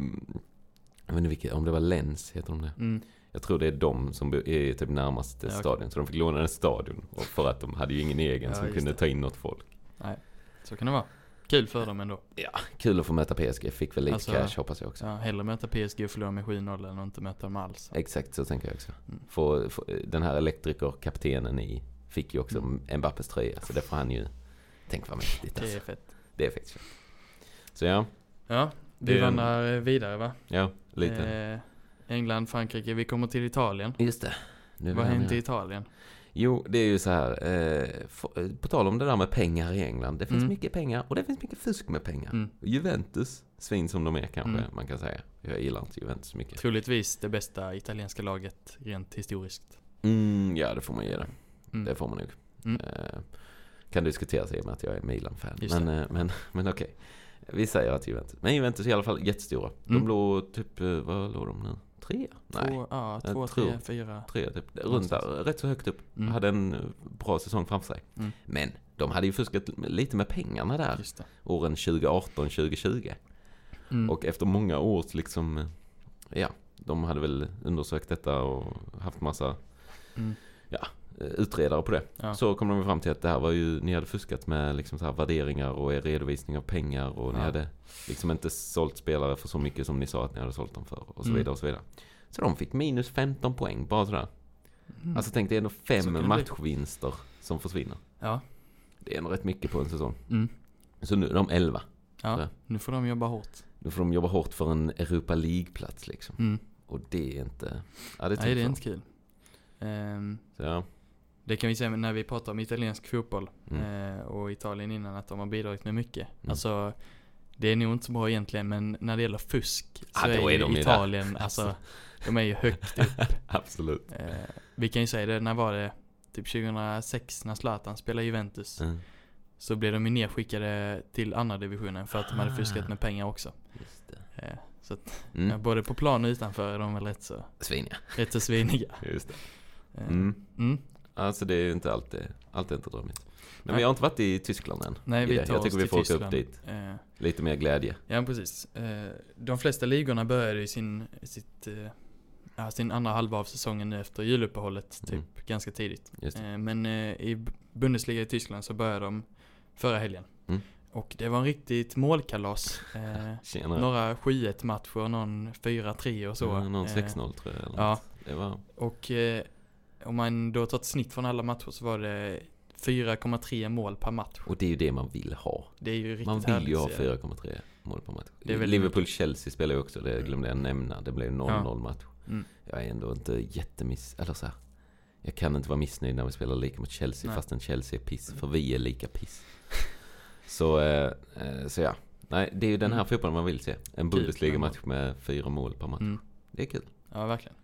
jag vet inte vilket, om det var Lens heter de det. Mm. Jag tror det är de som är typ närmast ja, stadion. Okay. Så de fick låna en stadion. Och för att de hade ju ingen egen ja, som kunde det. ta in något folk. Nej, så kan det vara. Kul för dem ändå. Ja, kul att få möta P S G. Fick väl lite alltså, cash hoppas jag också. Ja, hellre möta P S G och förlora med sju noll än inte möta dem alls. Exakt, så tänker jag också. Mm. Få, få, den här elektrikerkaptenen i fick ju också mm. Mbappés tröja. Så det får han ju tänka vad mäktigt. Det är alltså. fett. Det är faktiskt fett. Så ja. Ja, vi det, vandrar vidare va? Ja, lite. Eh, England, Frankrike. Vi kommer till Italien. Just det. Nu vad hände i Italien? Jo, det är ju så här. Eh, för, på tal om det där med pengar i England. Det finns mm. mycket pengar och det finns mycket fusk med pengar. Mm. Juventus, svin som de är kanske, mm. man kan säga. Jag gillar inte Juventus så mycket. Troligtvis det bästa italienska laget rent historiskt. Mm, ja, det får man ge det. Mm. Det får man nog. Mm. Eh, kan diskutera sig med att jag är Milan-fan. Men, eh, men, men okej. Okay. Vi säger att Juventus. Men Juventus är i alla fall jättestora. Mm. De låg typ, vad låg de nu? Tre? Nej. Två, ja, två, tre, fyra. Tre, typ. Runt där, rätt så högt upp. Mm. Hade en bra säsong framför sig. Mm. Men de hade ju fuskat lite med pengarna där. Åren tjugo arton tjugo tjugo. Mm. Och efter många års liksom, ja, de hade väl undersökt detta och haft massa mm. ja, utredare på det. Ja. Så kom de fram till att det här var ju, ni hade fuskat med liksom så här värderingar och er redovisning av pengar och ja. Ni hade liksom inte sålt spelare för så mycket som ni sa att ni hade sålt dem för och så vidare och så vidare. Så de fick minus femton poäng bara sådär. Mm. Alltså tänk, det är ändå fem matchvinster bli. Som försvinner. Ja. Det är ändå rätt mycket på en säsong. Mm. Så nu är de elva. Ja, så. Nu får de jobba hårt. Nu får de jobba hårt för en Europa League-plats liksom. Mm. Och det är inte... Ja, det är Nej, det är inte kul. Um, så ja. Det kan vi säga när vi pratar om italiensk fotboll mm. eh, och Italien innan, att de har bidragit med mycket. Mm. Alltså, det är nog inte så bra egentligen, men när det gäller fusk så ah, är, är de Italien, alltså, de är ju högt upp. Absolut. Eh, vi kan ju säga det, när var det? Typ tjugohundrasex när Zlatan spelade Juventus. Mm. Så blev de ju nedskickade till andra divisionen för att de hade fuskat med pengar också. Just det. Eh, så att, mm. ja, både på plan och utanför är de väl rätt så sviniga. Rätt så sviniga. Just det. Eh, mm. Mm. Alltså det är inte alltid, alltid inte drömmigt. Men Nej. vi har inte varit i Tyskland än. Nej, vi tar Jag tycker vi får åka Tyskland. upp dit. Eh. Lite mer glädje. Ja, precis. Eh, de flesta ligorna började i sin, sitt, eh, ja, sin andra halva av säsongen efter juluppehållet typ mm. ganska tidigt. Eh, men eh, i Bundesliga i Tyskland så började de förra helgen. Mm. Och det var en riktigt målkalas. Eh, några sju ett matcher, någon fyra tre och så. Ja, någon sex noll tror jag. Eller ja. Det var... Och eh, om man då tar ett snitt från alla matcher så var det fyra komma tre mål per match. Och det är ju det man vill ha. Det är ju riktigt man vill ju ha fyra komma tre mål per match. Liverpool-Chelsea spelar ju också, det glömde jag nämna. Det blev noll noll ja. match. Mm. Jag är ändå inte jättemiss... Eller så här, jag kan inte vara missnöjd när vi spelar lika mot Chelsea. Nej. Fastän Chelsea är piss. För vi är lika piss. så, eh, så ja. Nej, det är ju den här mm. fotbollen man vill se. En Bundesliga-match med fyra mål per match. Mm. Det är kul. Ja, verkligen.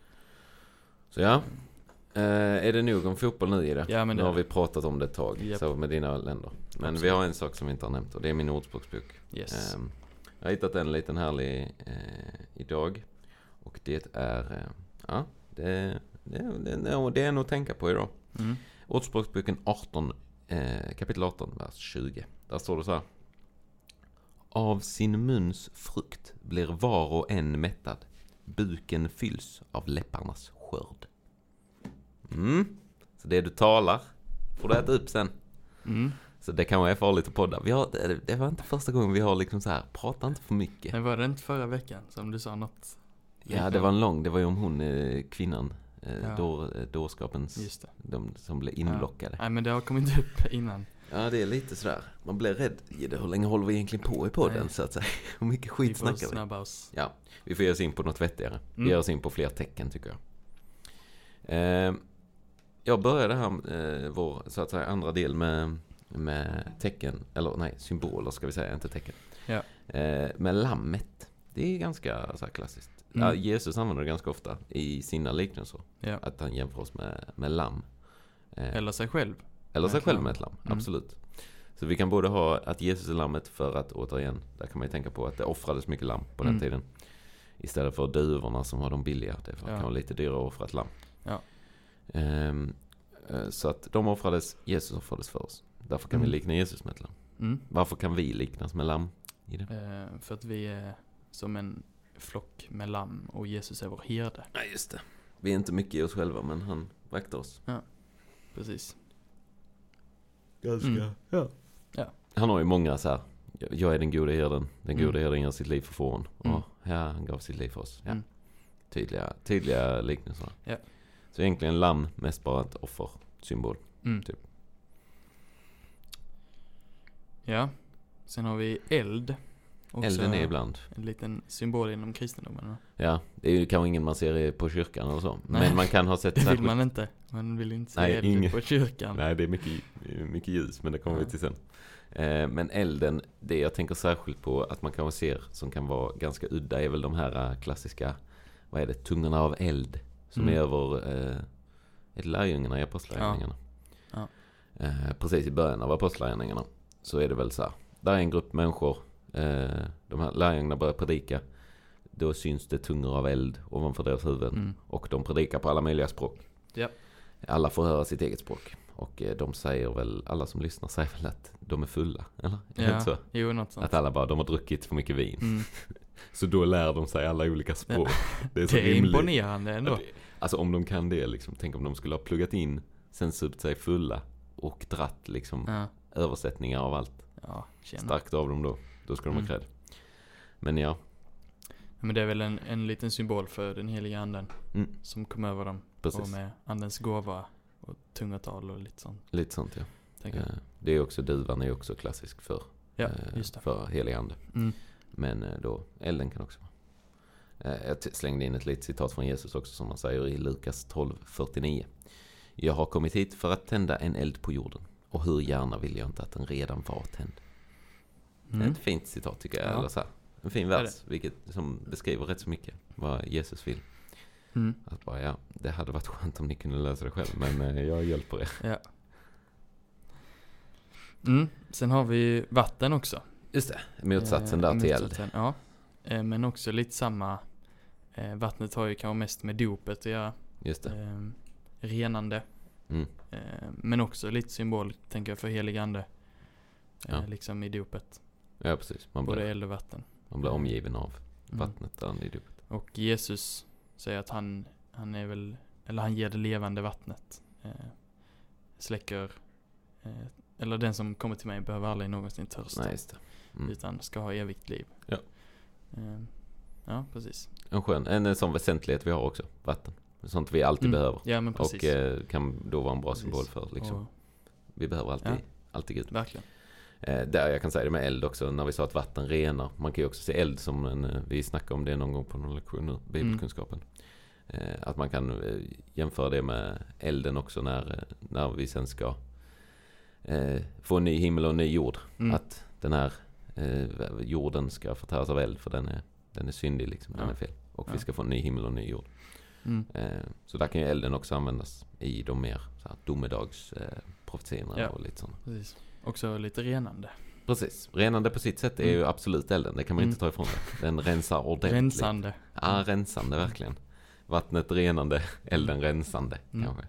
Så ja. Uh, är det nog om fotboll nu i det? Ja, men nu det har vi pratat om det ett tag yep. så med dina länder. Men Absolut. Vi har en sak som vi inte har nämnt och det är min ordspråksbok. Yes. Um, jag har hittat en liten härlig uh, idag. Och det är uh, ja, det, det, det, det är nog att tänka på idag. Mm. Ordspråksboken arton, uh, kapitel arton, vers tjugo. Där står det så här: av sin muns frukt blir var och en mättad. Buken fylls av läpparnas skörd. Mm. Så det du talar får du äta upp sen. Mm. Så det kan vara farligt att podda. Vi har, det, det var inte första gången vi har liksom så här, prata inte för mycket. Men var det inte förra veckan som du sa något? Ja, det var en lång, det var ju om hon, kvinnan, ja. då, dårskapens, Just det. De som blev inlockade. Ja. Nej, men det har kommit upp innan. Ja, det är lite sådär. Man blir rädd. Hur länge håller vi egentligen på i podden? Nej. Så att säga. Hur mycket skit snackar vi? Snabba oss. Ja, vi får ge oss in på något vettigare. Mm. Vi ger oss in på fler tecken tycker jag. Eh, jag började här eh, vår så att säga andra del med, med tecken. Eller nej, symboler ska vi säga, inte tecken. Ja. Eh, med lammet. Det är ganska så här klassiskt. Mm. Ja, Jesus använder det ganska ofta i sina liknelser. Ja. Att han jämför oss med, med lamm. Eh, eller sig själv. Eller sig själv med ett lamm, mm. absolut. Så vi kan både ha att Jesus är lammet för att, återigen, där kan man ju tänka på att det offrades mycket lamm på den mm. tiden. Istället för duvorna som var de billiga. Det ja. kan vara lite dyrare att offra ett lamm. Ja. Um, så att de offrades, Jesus offrades för oss. Därför kan mm. vi likna Jesus med ett lamm. Mm. Varför kan vi liknas med lamm i det? Uh, för att vi är som en flock med lamm och Jesus är vår herde. Ja, just det. Vi är inte mycket i oss själva, men han vaktar oss. Ja, precis. Ganska. Mm. Ja. Ja. Han har ju många så här. Jag är den gode herden. Den gode mm. herden ger sitt liv för fåren. Mm. Och ja, han gav sitt liv för oss. Ja. Mm. Tydliga, tydliga liknelser. Ja. Så egentligen lamm mest bara ett offersymbol. Mm. Typ. Ja. Sen har vi eld. Också elden är ibland en liten symbol inom kristendomen. Ja, det är ju kanske ingen man ser på kyrkan eller så. Nej. Men man kan ha sett det vill särskilt... man inte. Man vill inte se Nej, elden ingen... på kyrkan. Nej, det är mycket, mycket ljus, men det kommer ja. vi till sen. Eh, men elden, det jag tänker särskilt på att man kanske ser som kan vara ganska udda är väl de här klassiska, vad är det, tungorna av eld som mm. är över eh, ett lärjungarna i apostlagärningarna. Ja. Ja. Eh, precis i början av apostlagärningarna så är det väl så här, där är en grupp människor, eh, de här lärjungarna börjar predika, då syns det tungor av eld ovanför deras huvuden mm. och de predikar på alla möjliga språk. Ja. Alla får höra sitt eget språk. Och de säger väl, alla som lyssnar säger väl att de är fulla, eller? Ja, så? Jo, något sånt. Att alla bara, de har druckit för mycket vin. Mm. Så då lär de sig alla olika språk. Ja. Det är, så det är imponerande ändå. Alltså om de kan det, liksom, tänk om de skulle ha pluggat in, sen supit sig fulla och dratt liksom, ja. översättningar av allt. Ja, starkt av dem då. Då ska de mm. ha cred. Men ja. Men det är väl en, en liten symbol för den heliga anden mm. som kom över dem. Precis. Och med andens gåva och tungotal och lite sånt. Lite sånt, ja. Eh, det är också, duvan är också klassisk för, ja, eh, just det. för helig ande. Mm. Men eh, då, elden kan också vara. Eh, jag slängde in ett litet citat från Jesus också som han säger i Lukas tolv fyrtionio. Jag har kommit hit för att tända en eld på jorden. Och hur gärna vill jag inte att den redan var tänd. Mm. Ett fint citat tycker jag. Ja. Eller så här. En fin vers, vilket som beskriver rätt så mycket vad Jesus vill. Mm. Att bara, ja, det hade varit skönt om ni kunde lösa det själv, men eh, jag hjälper er. Ja. Mm. Sen har vi vatten också. Just det, motsatsen där eh, till motsatsen, eld. Ja, eh, men också lite samma. Eh, vattnet har ju kanske mest med dopet att göra. Just det. Eh, renande. Mm. Eh, men också lite symbol, tänker jag, för helig ande. Eh, ja. Liksom i dopet. Ja, precis. Man både blir, eld och vatten. Man blir omgiven av mm. vattnet där i dopet. Och Jesus säger att han, han är väl, eller han ger det levande vattnet. Eh, släcker, eh, eller den som kommer till mig behöver aldrig någonsin törsta. Nej, just det. Mm. Utan ska ha evigt liv. Ja. Eh, ja, precis. En skön, en sån väsentlighet vi har också, vatten. Sånt vi alltid mm. behöver. Ja, men precis. Och eh, kan då vara en bra precis. symbol för liksom. Och vi behöver alltid, ja. alltid Gud. Verkligen. Eh, där jag kan säga det med eld också, när vi sa att vatten renar. Man kan ju också se eld som en, eh, vi snackade om det någon gång på någon lektion nu, bibelkunskapen. Mm. Eh, att man kan eh, jämföra det med elden också när, när vi sen ska eh, få en ny himmel och en ny jord. Mm. Att den här eh, jorden ska förtäras av eld, för den är, den är syndig liksom, ja. Den är fel. Och ja. Vi ska få en ny himmel och en ny jord. Mm. Eh, så där kan ju elden också användas i de mer så här, domedags eh, profetierna ja. Och lite sådana. Precis. Också lite renande. Precis. Renande på sitt sätt är mm. ju absolut elden. Det kan man mm. inte ta ifrån det. Den rensar ordentligt. Rensande. Ja, rensande verkligen. Vattnet renande, elden rensande mm. kanske.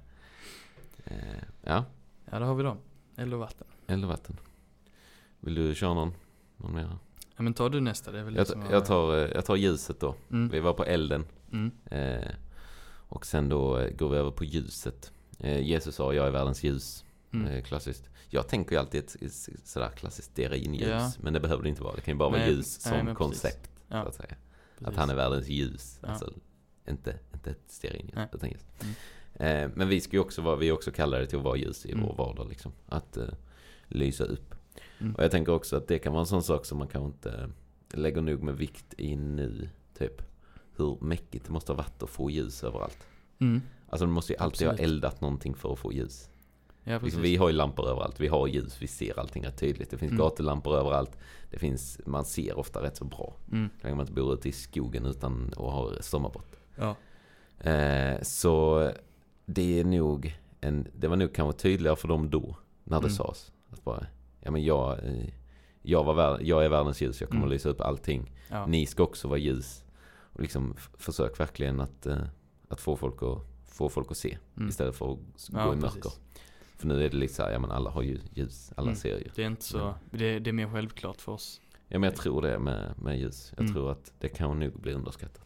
Eh, ja. Ja, då har vi dem. Eld och vatten. Eld och vatten. Vill du köra någon, någon mer? Ja, men tar du nästa. Det är väl jag, liksom jag, tar, jag tar ljuset då. Mm. Vi var på elden. Mm. Eh, och sen då går vi över på ljuset. Eh, Jesus sa, jag är världens ljus. Mm. Eh, klassiskt. Jag tänker ju alltid ett, ett sådär klassiskt stearinljus. Ja. Men det behöver det inte vara. Det kan ju bara nej, vara ljus som nej, koncept. Ja. Så att säga. Att han är världens ljus. Ja. Alltså, inte, inte ett stearinljus. Mm. Eh, men vi ska ju också vara, vi också kallar det till att vara ljus i mm. vår vardag. Liksom. Att eh, lysa upp. Mm. Och jag tänker också att det kan vara en sån sak som man kanske inte lägger nog med vikt i nu. Typ hur mäckigt det måste ha varit att få ljus överallt. Mm. Alltså man måste ju alltid Absolut. ha eldat någonting för att få ljus. Ja, liksom, vi har ju lampor överallt. Vi har ljus, vi ser allting rätt tydligt. Det finns mm. gatulampor överallt. Det finns, man ser ofta rätt så bra. Mm. Så länge man inte bor ute i skogen utan att ha sommarbrott. Ja. Eh, så det är nog en, det var nog kanske tydligare för dem då när det mm. sades. Att bara, ja men jag, jag, var vär, jag är världens ljus. Jag kommer mm. att lysa upp allting. Ja. Ni ska också vara ljus. Och liksom f- försök verkligen att, uh, att få folk att få folk att se mm. istället för att ja, gå i mörker. Precis. För nu är det lite så här, ja men alla har ju ljus, alla mm. ser ju. Det är inte så, det, det är mer självklart för oss. Ja, men jag tror det med, med ljus. Jag mm. tror att det kan nog bli underskattat.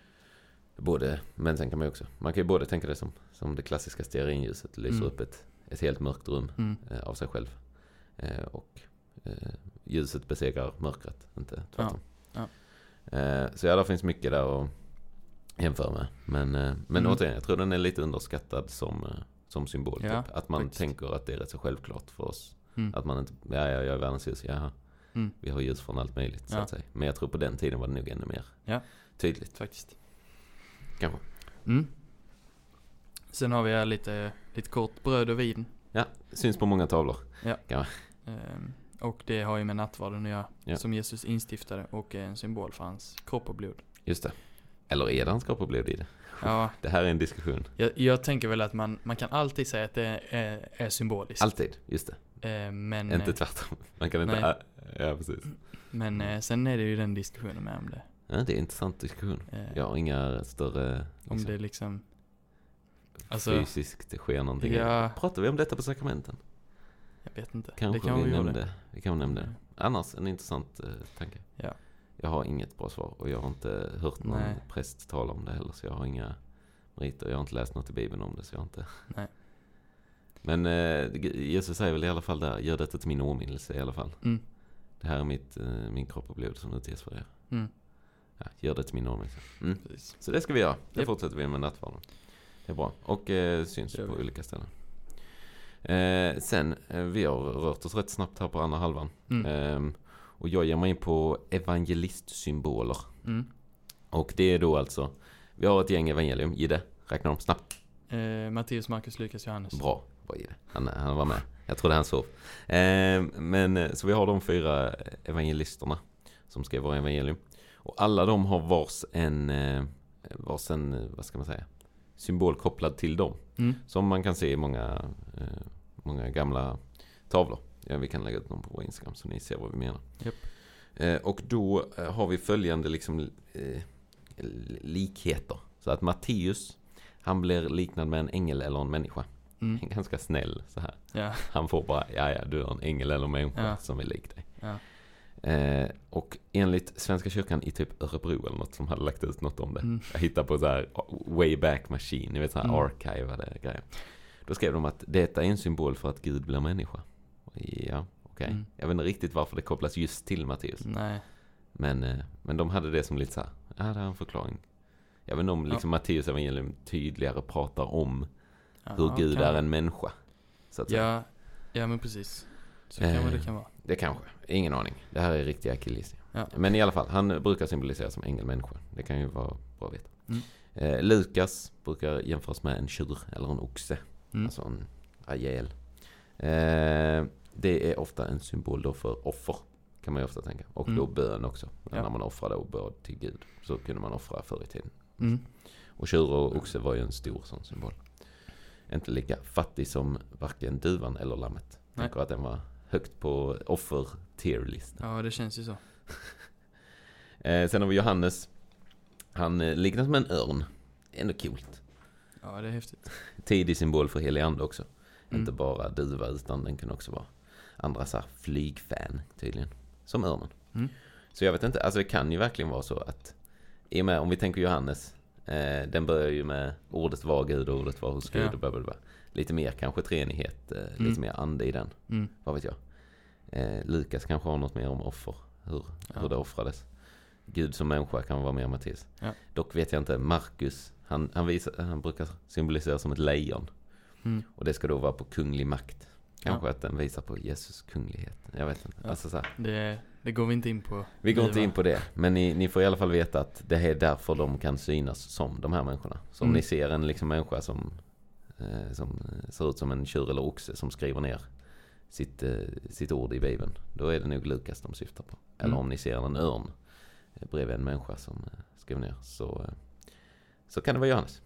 Både, men sen kan man ju också, man kan ju både tänka det som, som det klassiska stearinljuset, lyser mm. upp ett, ett helt mörkt rum mm. eh, av sig själv. Eh, och eh, ljuset besegrar mörkret, inte tvärtom. Ja. Ja. Eh, så ja, det finns mycket där att jämföra med. Men, eh, men mm. återigen, jag tror den är lite underskattad som, eh, som symbol. Ja, typ. Att man faktiskt. tänker att det är rätt så självklart för oss. Mm. Att man inte, ja, ja jag är världens ljus, jaha. Mm. Vi har ljus från allt möjligt, så ja. att säga. Men jag tror på den tiden var det nog ännu mer ja. tydligt. Faktiskt. Kanske. Mm. Sen har vi här lite, lite kort bröd och vin. Ja, syns på många tavlor. Ja. Ehm, och det har ju med nattvarden att göra, ja. Som Jesus instiftade och är en symbol för hans kropp och blod. Just det. Eller är det hans kropp och blod i det? Ja. Det här är en diskussion. Jag, jag tänker väl att man, man kan alltid säga att det är, är symboliskt. Alltid, just det. Ehm, men, inte tvärtom. Man kan inte... Nej. Ja, precis. Men eh, sen är det ju den diskussionen med om det. Ja, det är en intressant diskussion. Eh, jag har inga större... Liksom, om det liksom... Alltså, fysiskt det sker någonting. Ja. Pratar vi om detta på sakramenten? Jag vet inte. Kanske det kan vi, vi nämnde. Det. Vi kan nämna det. Mm. Annars en intressant eh, tanke. Ja. Jag har inget bra svar. Och jag har inte hört någon Nej. präst tala om det heller. Så jag har inga meriter. Jag har inte läst något i Bibeln om det. Så jag har inte... Nej. Men eh, Jesus säger väl i alla fall där. Gör detta till min åminnelse i alla fall. Mm. Det här är mitt, eh, min kropp och blod som utges för er. Mm. Ja, gör det till min åminnelse. Mm. Så det ska vi göra. Det yep. fortsätter vi med nattvarden. Det är bra. Och eh, syns på olika ställen. Eh, sen, eh, vi har rört oss rätt snabbt här på andra halvan. Mm. Eh, och jag ger mig in på evangelistsymboler. Mm. Och det är då alltså, vi har ett gäng evangelium. Gide, räkna dem snabbt. Eh, Matteus, Markus, Lukas, Johannes. Bra, bra Gide. Han, han var med. Jag trodde han sov. Eh, men, så vi har de fyra evangelisterna som skriver våra evangelium. Och alla de har vars en, eh, vars en, vad ska man säga, symbol kopplad till dem. Mm. Som man kan se i många, eh, många gamla tavlor. Ja, vi kan lägga ut dem på vår Instagram så ni ser vad vi menar. Yep. Eh, och då eh, har vi följande liksom, eh, likheter. Så att Matteus, han blir liknad med en ängel eller en människa. Mm. Ganska snäll så här. Ja. Han får bara, ja ja, du är en ängel eller en människa ja. som är lik dig. Ja. Eh, och enligt Svenska kyrkan i typ Örebro eller något som hade lagt ut något om det. Mm. Jag hittade på så här Wayback Machine, ni vet så här mm. archivade grejer. Då skrev de att detta är en symbol för att Gud blir människa. Ja, okej. Okay. Mm. Jag vet inte riktigt varför det kopplas just till Matteus. Nej. Men, eh, men de hade det som lite så här, ja, det är en förklaring. Jag vet inte om liksom ja. Matteus evangelium tydligare pratar om ja, hur Gud är en människa. Så att ja, säga. Ja, men precis. Så kan eh, det kan vara. Det kanske. Ingen aning. Det här är riktiga akilles. Ja. Men i alla fall, han brukar symboliseras som ängelmänniska. Det kan ju vara bra att veta. Mm. Eh, Lukas brukar jämföras med en tjur eller en oxe. Mm. Alltså en ajel. Eh, det är ofta en symbol då för offer. Kan man ju ofta tänka. Och mm. då bön också. Ja. När man offrar då bön till Gud. Så kunde man offra förr i tiden. Mm. Och tjur och oxe var ju en stor sån symbol. Inte lika fattig som varken duvan eller lammet. Jag tänker att den var högt på offer-tierlistan. Ja, det känns ju så. eh, sen har vi Johannes. Han eh, liknar som en örn. Ändå coolt. Ja, det är häftigt. Tidig symbol för helig ande också. Mm. Inte bara duva utan den kan också vara andra så här flygfan tydligen. Som örnen. Mm. Så jag vet inte, alltså det kan ju verkligen vara så att i och med, om vi tänker Johannes, eh, den börjar ju med ordet var Gud och ordet var hos Gud ja. och bla bla bla. Lite mer kanske treenighet, eh, mm. lite mer ande i den. Mm. Vad vet jag. Eh, Lukas kanske har något mer om offer. Hur, ja. hur det offrades. Gud som människa kan vara mer Matteus. Ja. Dock vet jag inte. Markus, han, han, visar, han brukar symbolisera som ett lejon. Mm. Och det ska då vara på kunglig makt. Kanske ja. att den visar på Jesus kunglighet. Jag vet inte. Ja. Alltså så här. Det, det går vi inte in på. Vi går inte in på det. Men ni, ni får i alla fall veta att det är därför de kan synas som de här människorna. Så om mm. ni ser en liksom människa som, eh, som ser ut som en tjur eller oxe som skriver ner sitt, eh, sitt ord i Bibeln. Då är det nog Lukas de syftar på. Eller mm. om ni ser en örn eh, bredvid en människa som eh, skriver ner. Så, eh, så kan det vara Johannes.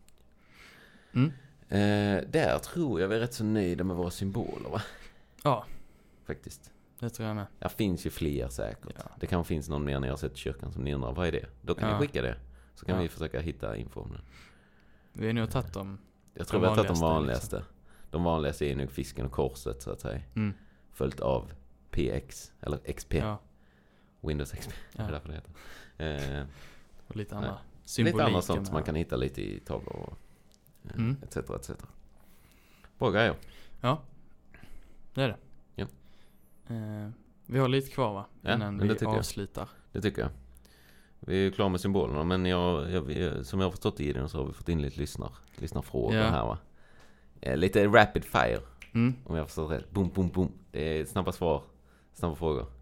Mm. Eh, där tror jag vi är rätt så nöjda med våra symboler, va? Ja. Faktiskt. Det tror jag med. Det finns ju fler säkert. Ja. Det kanske finns någon mer när jag har sett kyrkan som ni undrar, vad är det? Då kan ja. ni skicka det. Så kan ja. vi försöka hitta info om det. Vi har nog tagit dem. Jag tror vi har tagit de vanligaste. Liksom. De vanligaste är nog fisken och korset så att säga. Mm. Följt av P X eller X P. Ja. Windows X P. Ja. Det är därför det heter. Eh, och lite andra. Lite andra sånt som man kan hitta lite i tavlor och eh, mm. et cetera et cetera. Bra grejer. Ja. Det är det. Ja. Eh, vi har lite kvar, va? Ja, innan vi avslutar. Jag. Det tycker jag. Vi är ju klara med symbolerna, men jag, jag, som jag har förstått i den så har vi fått in lite lyssnar, lyssnarfrågor ja. här, va? Eh, lite rapid fire. Mm. Om jag förstår rätt. Boom, boom, boom. Det är snabba svar, snabba frågor.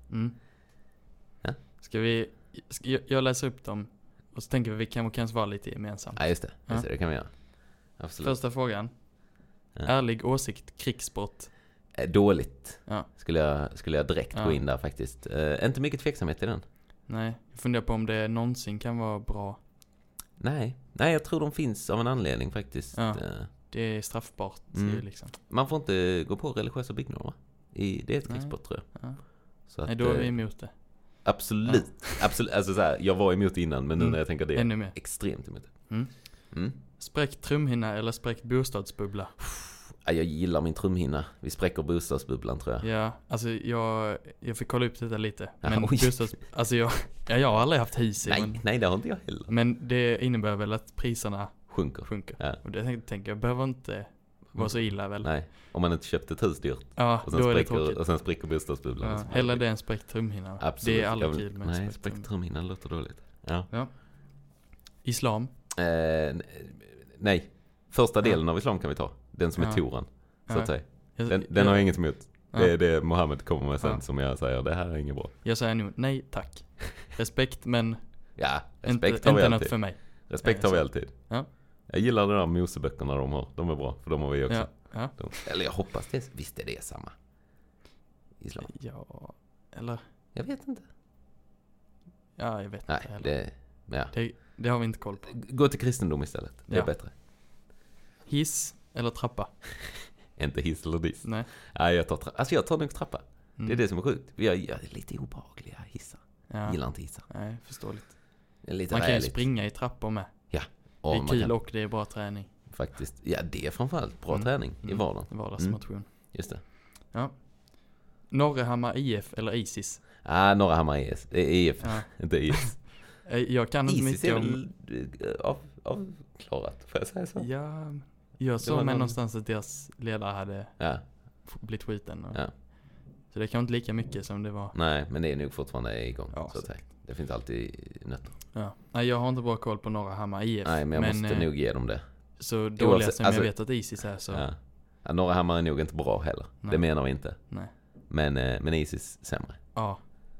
Mm. Ja. Ska vi... Ska jag, jag läser upp dem. Och så tänker vi vi kan kanske vara lite gemensamt. Ja, just det. Just ja. det, det kan vi göra. Absolut. Första frågan. Ja. Ärlig åsikt, krigsbrott. Dåligt. Ja. Skulle, jag, skulle jag direkt ja. gå in där faktiskt. Uh, inte mycket tveksamhet i den. Nej, jag funderar på om det någonsin kan vara bra. Nej, Nej jag tror de finns av en anledning faktiskt. Ja. Det är straffbart mm. liksom. Man får inte gå på religiösa byggnader, va? I, det är ett krigsbrott, tror jag. Ja. Så att, Nej, då är vi emot det. Absolut. Ja. Absolut. Alltså så här, jag var emot innan, men nu mm. när jag tänker det. Ännu mer. Extremt emot det. Mm. Mm. Spräckt trumhinna eller spräckt bostadsbubbla? Jag gillar min trumhinna. Vi spräcker bostadsbubblan, tror jag. Ja, alltså jag, jag fick kolla upp detta lite. Ja, men bostads, alltså jag, ja, jag har aldrig haft hus i. Nej, men, nej, det har inte jag heller. Men det innebär väl att priserna sjunker. sjunker. Ja. Och det tänker tänk, jag behöver inte vara så illa väl. Nej, om man inte köpte ett hus dyrt. Ja, och sen då är det spricker, tråkigt. Och sen spricker bostadsbubblan. Ja, hellre det än spräckt trumhinna. Absolut. Det är aldrig vill, kul med nej, spräckt trumhinna låter dåligt. Ja. ja. Islam? Eh, nej. Första delen ja. av islam kan vi ta. Den som ja. är Toran. Så ja. att säga. Jag, den den jag, har jag inget emot. Ja. Det är det Mohammed kommer med sen ja. som jag säger. Det här är inget bra. Jag säger nog nej tack. Respekt men ja, respekt inte, har vi inte alltid. Något för mig. Respekt har vi alltid. Ja. Jag gillar de där Moseböckerna de har. De är bra, för de har vi också. Ja. Ja. De, eller jag hoppas det. Visst är det samma. Islam. Ja, eller? Jag vet inte. Ja, jag vet Nej, inte heller. Det, ja. det, det har vi inte koll på. Gå till kristendom istället. Det ja. är bättre. Hiss eller trappa? Inte hiss eller diss. Nej. Nej, jag tar trappa. Alltså jag tar nog trappa. Mm. Det är det som är sjukt. Vi är lite obehagliga hissar. Ja. Gillar inte hissar. Nej, förståeligt. Lite man kan räligt. ju springa i trappor med. Ja. Och det är kul kan... och det är bra träning. Faktiskt. Ja, det är framförallt bra mm. träning i vardagen. Mm. Vardagsmotion. Mm. Just det. Ja. Norrehammar I F eller Isis? Ah, Norrehammar I S. Det är I F, ja. inte I S. Jag kan inte mycket om... Isis är väl av, avklarat, får jag säga så? Ja, jag såg med någon... någonstans att deras ledare hade ja. blivit skjuten. Och... Ja. Så det kan inte lika mycket som det var. Nej, men det är nog fortfarande igång. Ja, så att säga. Det finns alltid nötter. Ja. Nej, jag har inte bra koll på Norrehammar I F. Nej, men jag men, måste eh, nog ge dem det. Så dåliga Oavsett, som alltså, jag vet att Isis är så... Ja. Ja, Norrehammar är nog inte bra heller. Nej. Det menar vi inte. Nej. Men, eh, men Isis sämre. Ja.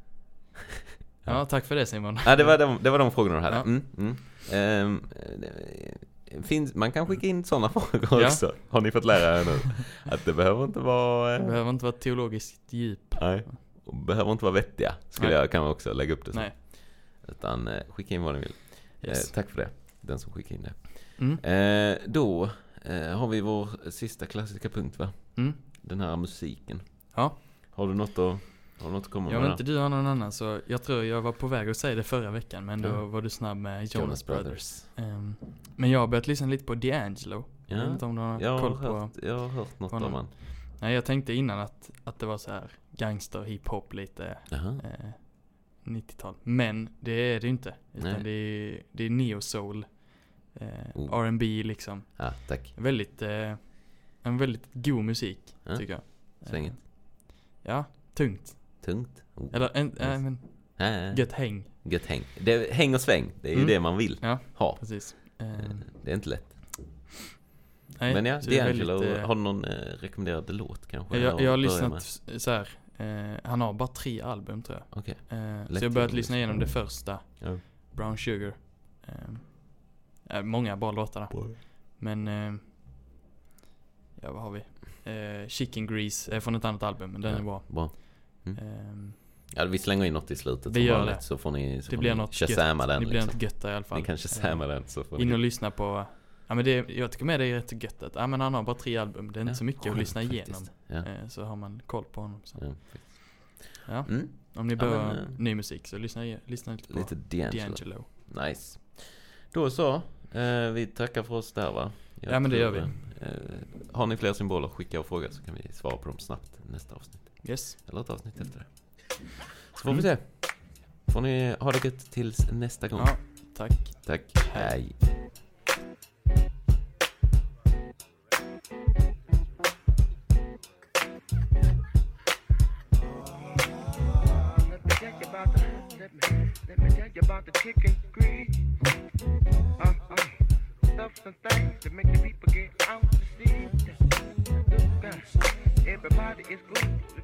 ja. Ja, tack för det Simon. Ja, det var de, det var de frågorna du hade. Ja. Mm, mm. Ehm, det finns, man kan skicka in sådana frågor ja. också. Har ni fått lära er nu? Att det behöver inte vara... Det behöver inte vara teologiskt djup. Nej. Och behöver inte vara vettiga. Skulle Nej. jag kan man också lägga upp det så. Nej. Utan eh, skicka in vad ni vill. Yes. Eh, tack för det. Den som skickar in det. Mm. Eh, då eh, har vi vår sista klassiska punkt, va? Mm. Den här musiken. Ja. Har du något att, har du något att komma jag med? Jag vet inte, du har någon annan. Så jag tror jag var på väg att säga det förra veckan. Men då ja. var du snabb med Jonas, Jonas Brothers. Brothers. Um, men jag har börjat lyssna lite på D'Angelo. Ja. Jag vet inte om du har jag koll har hört, på... Jag har hört något av han. Nej, jag tänkte innan att, att det var så här gangster, hiphop lite eh, nittiotal. Men det är det inte. Utan det är, det är neo-soul. Eh, oh. R and B liksom. Ja, tack. Väldigt, eh, en väldigt god musik, ja. tycker jag. Svänget. Eh, ja, tungt. Tungt? Oh. Eller, en, äh, men, äh. gött häng. Gött häng. Det, häng och sväng, det är ju mm. det man vill ja, ha. Precis. Eh, det är inte lätt. Nej, men ja, D'Angelo, väldigt, har du någon eh, rekommenderad låt kanske? Jag, jag har lyssnat så här. Eh, han har bara tre album tror jag. Okay. Eh, så jag har börjat lyssna igenom det första. Ja. Brown Sugar. Eh, många bra låtar där. Men eh, ja, vad har vi? Eh, Chicken Grease är från ett annat album, men den ja, är bra. bra. Mm. Eh, ja, vi slänger in något i slutet. Vi gör vanligt, det. Så får ni, så det får blir ni något shazama den. Det blir liksom. något gött i alla fall. Ni kan shazama eh, den. Så får in ni... och lyssna på... Ja, men det, jag tycker med det är rätt gött att, ja, men han har bara tre album. Det är inte ja, så mycket ja, att lyssna faktiskt. igenom. Ja. Eh, så har man koll på honom. Så. Ja, ja. Mm. Om ni behöver ja, men, ny musik så lyssna, lyssna lite på lite D'Angelo. D'Angelo. Nice. Då så. Eh, vi tackar för oss där, va? Jag ja, men det gör vi. Eh, har ni fler symboler, skicka och fråga så kan vi svara på dem snabbt nästa avsnitt. Yes. Eller ett avsnitt efter det. Så får vi se. Får ni ha det gött tills nästa gång. Ja, tack. Tack. Hej. About the chicken grease, uh, uh, stuff and things to make the people get out to see. Everybody is good.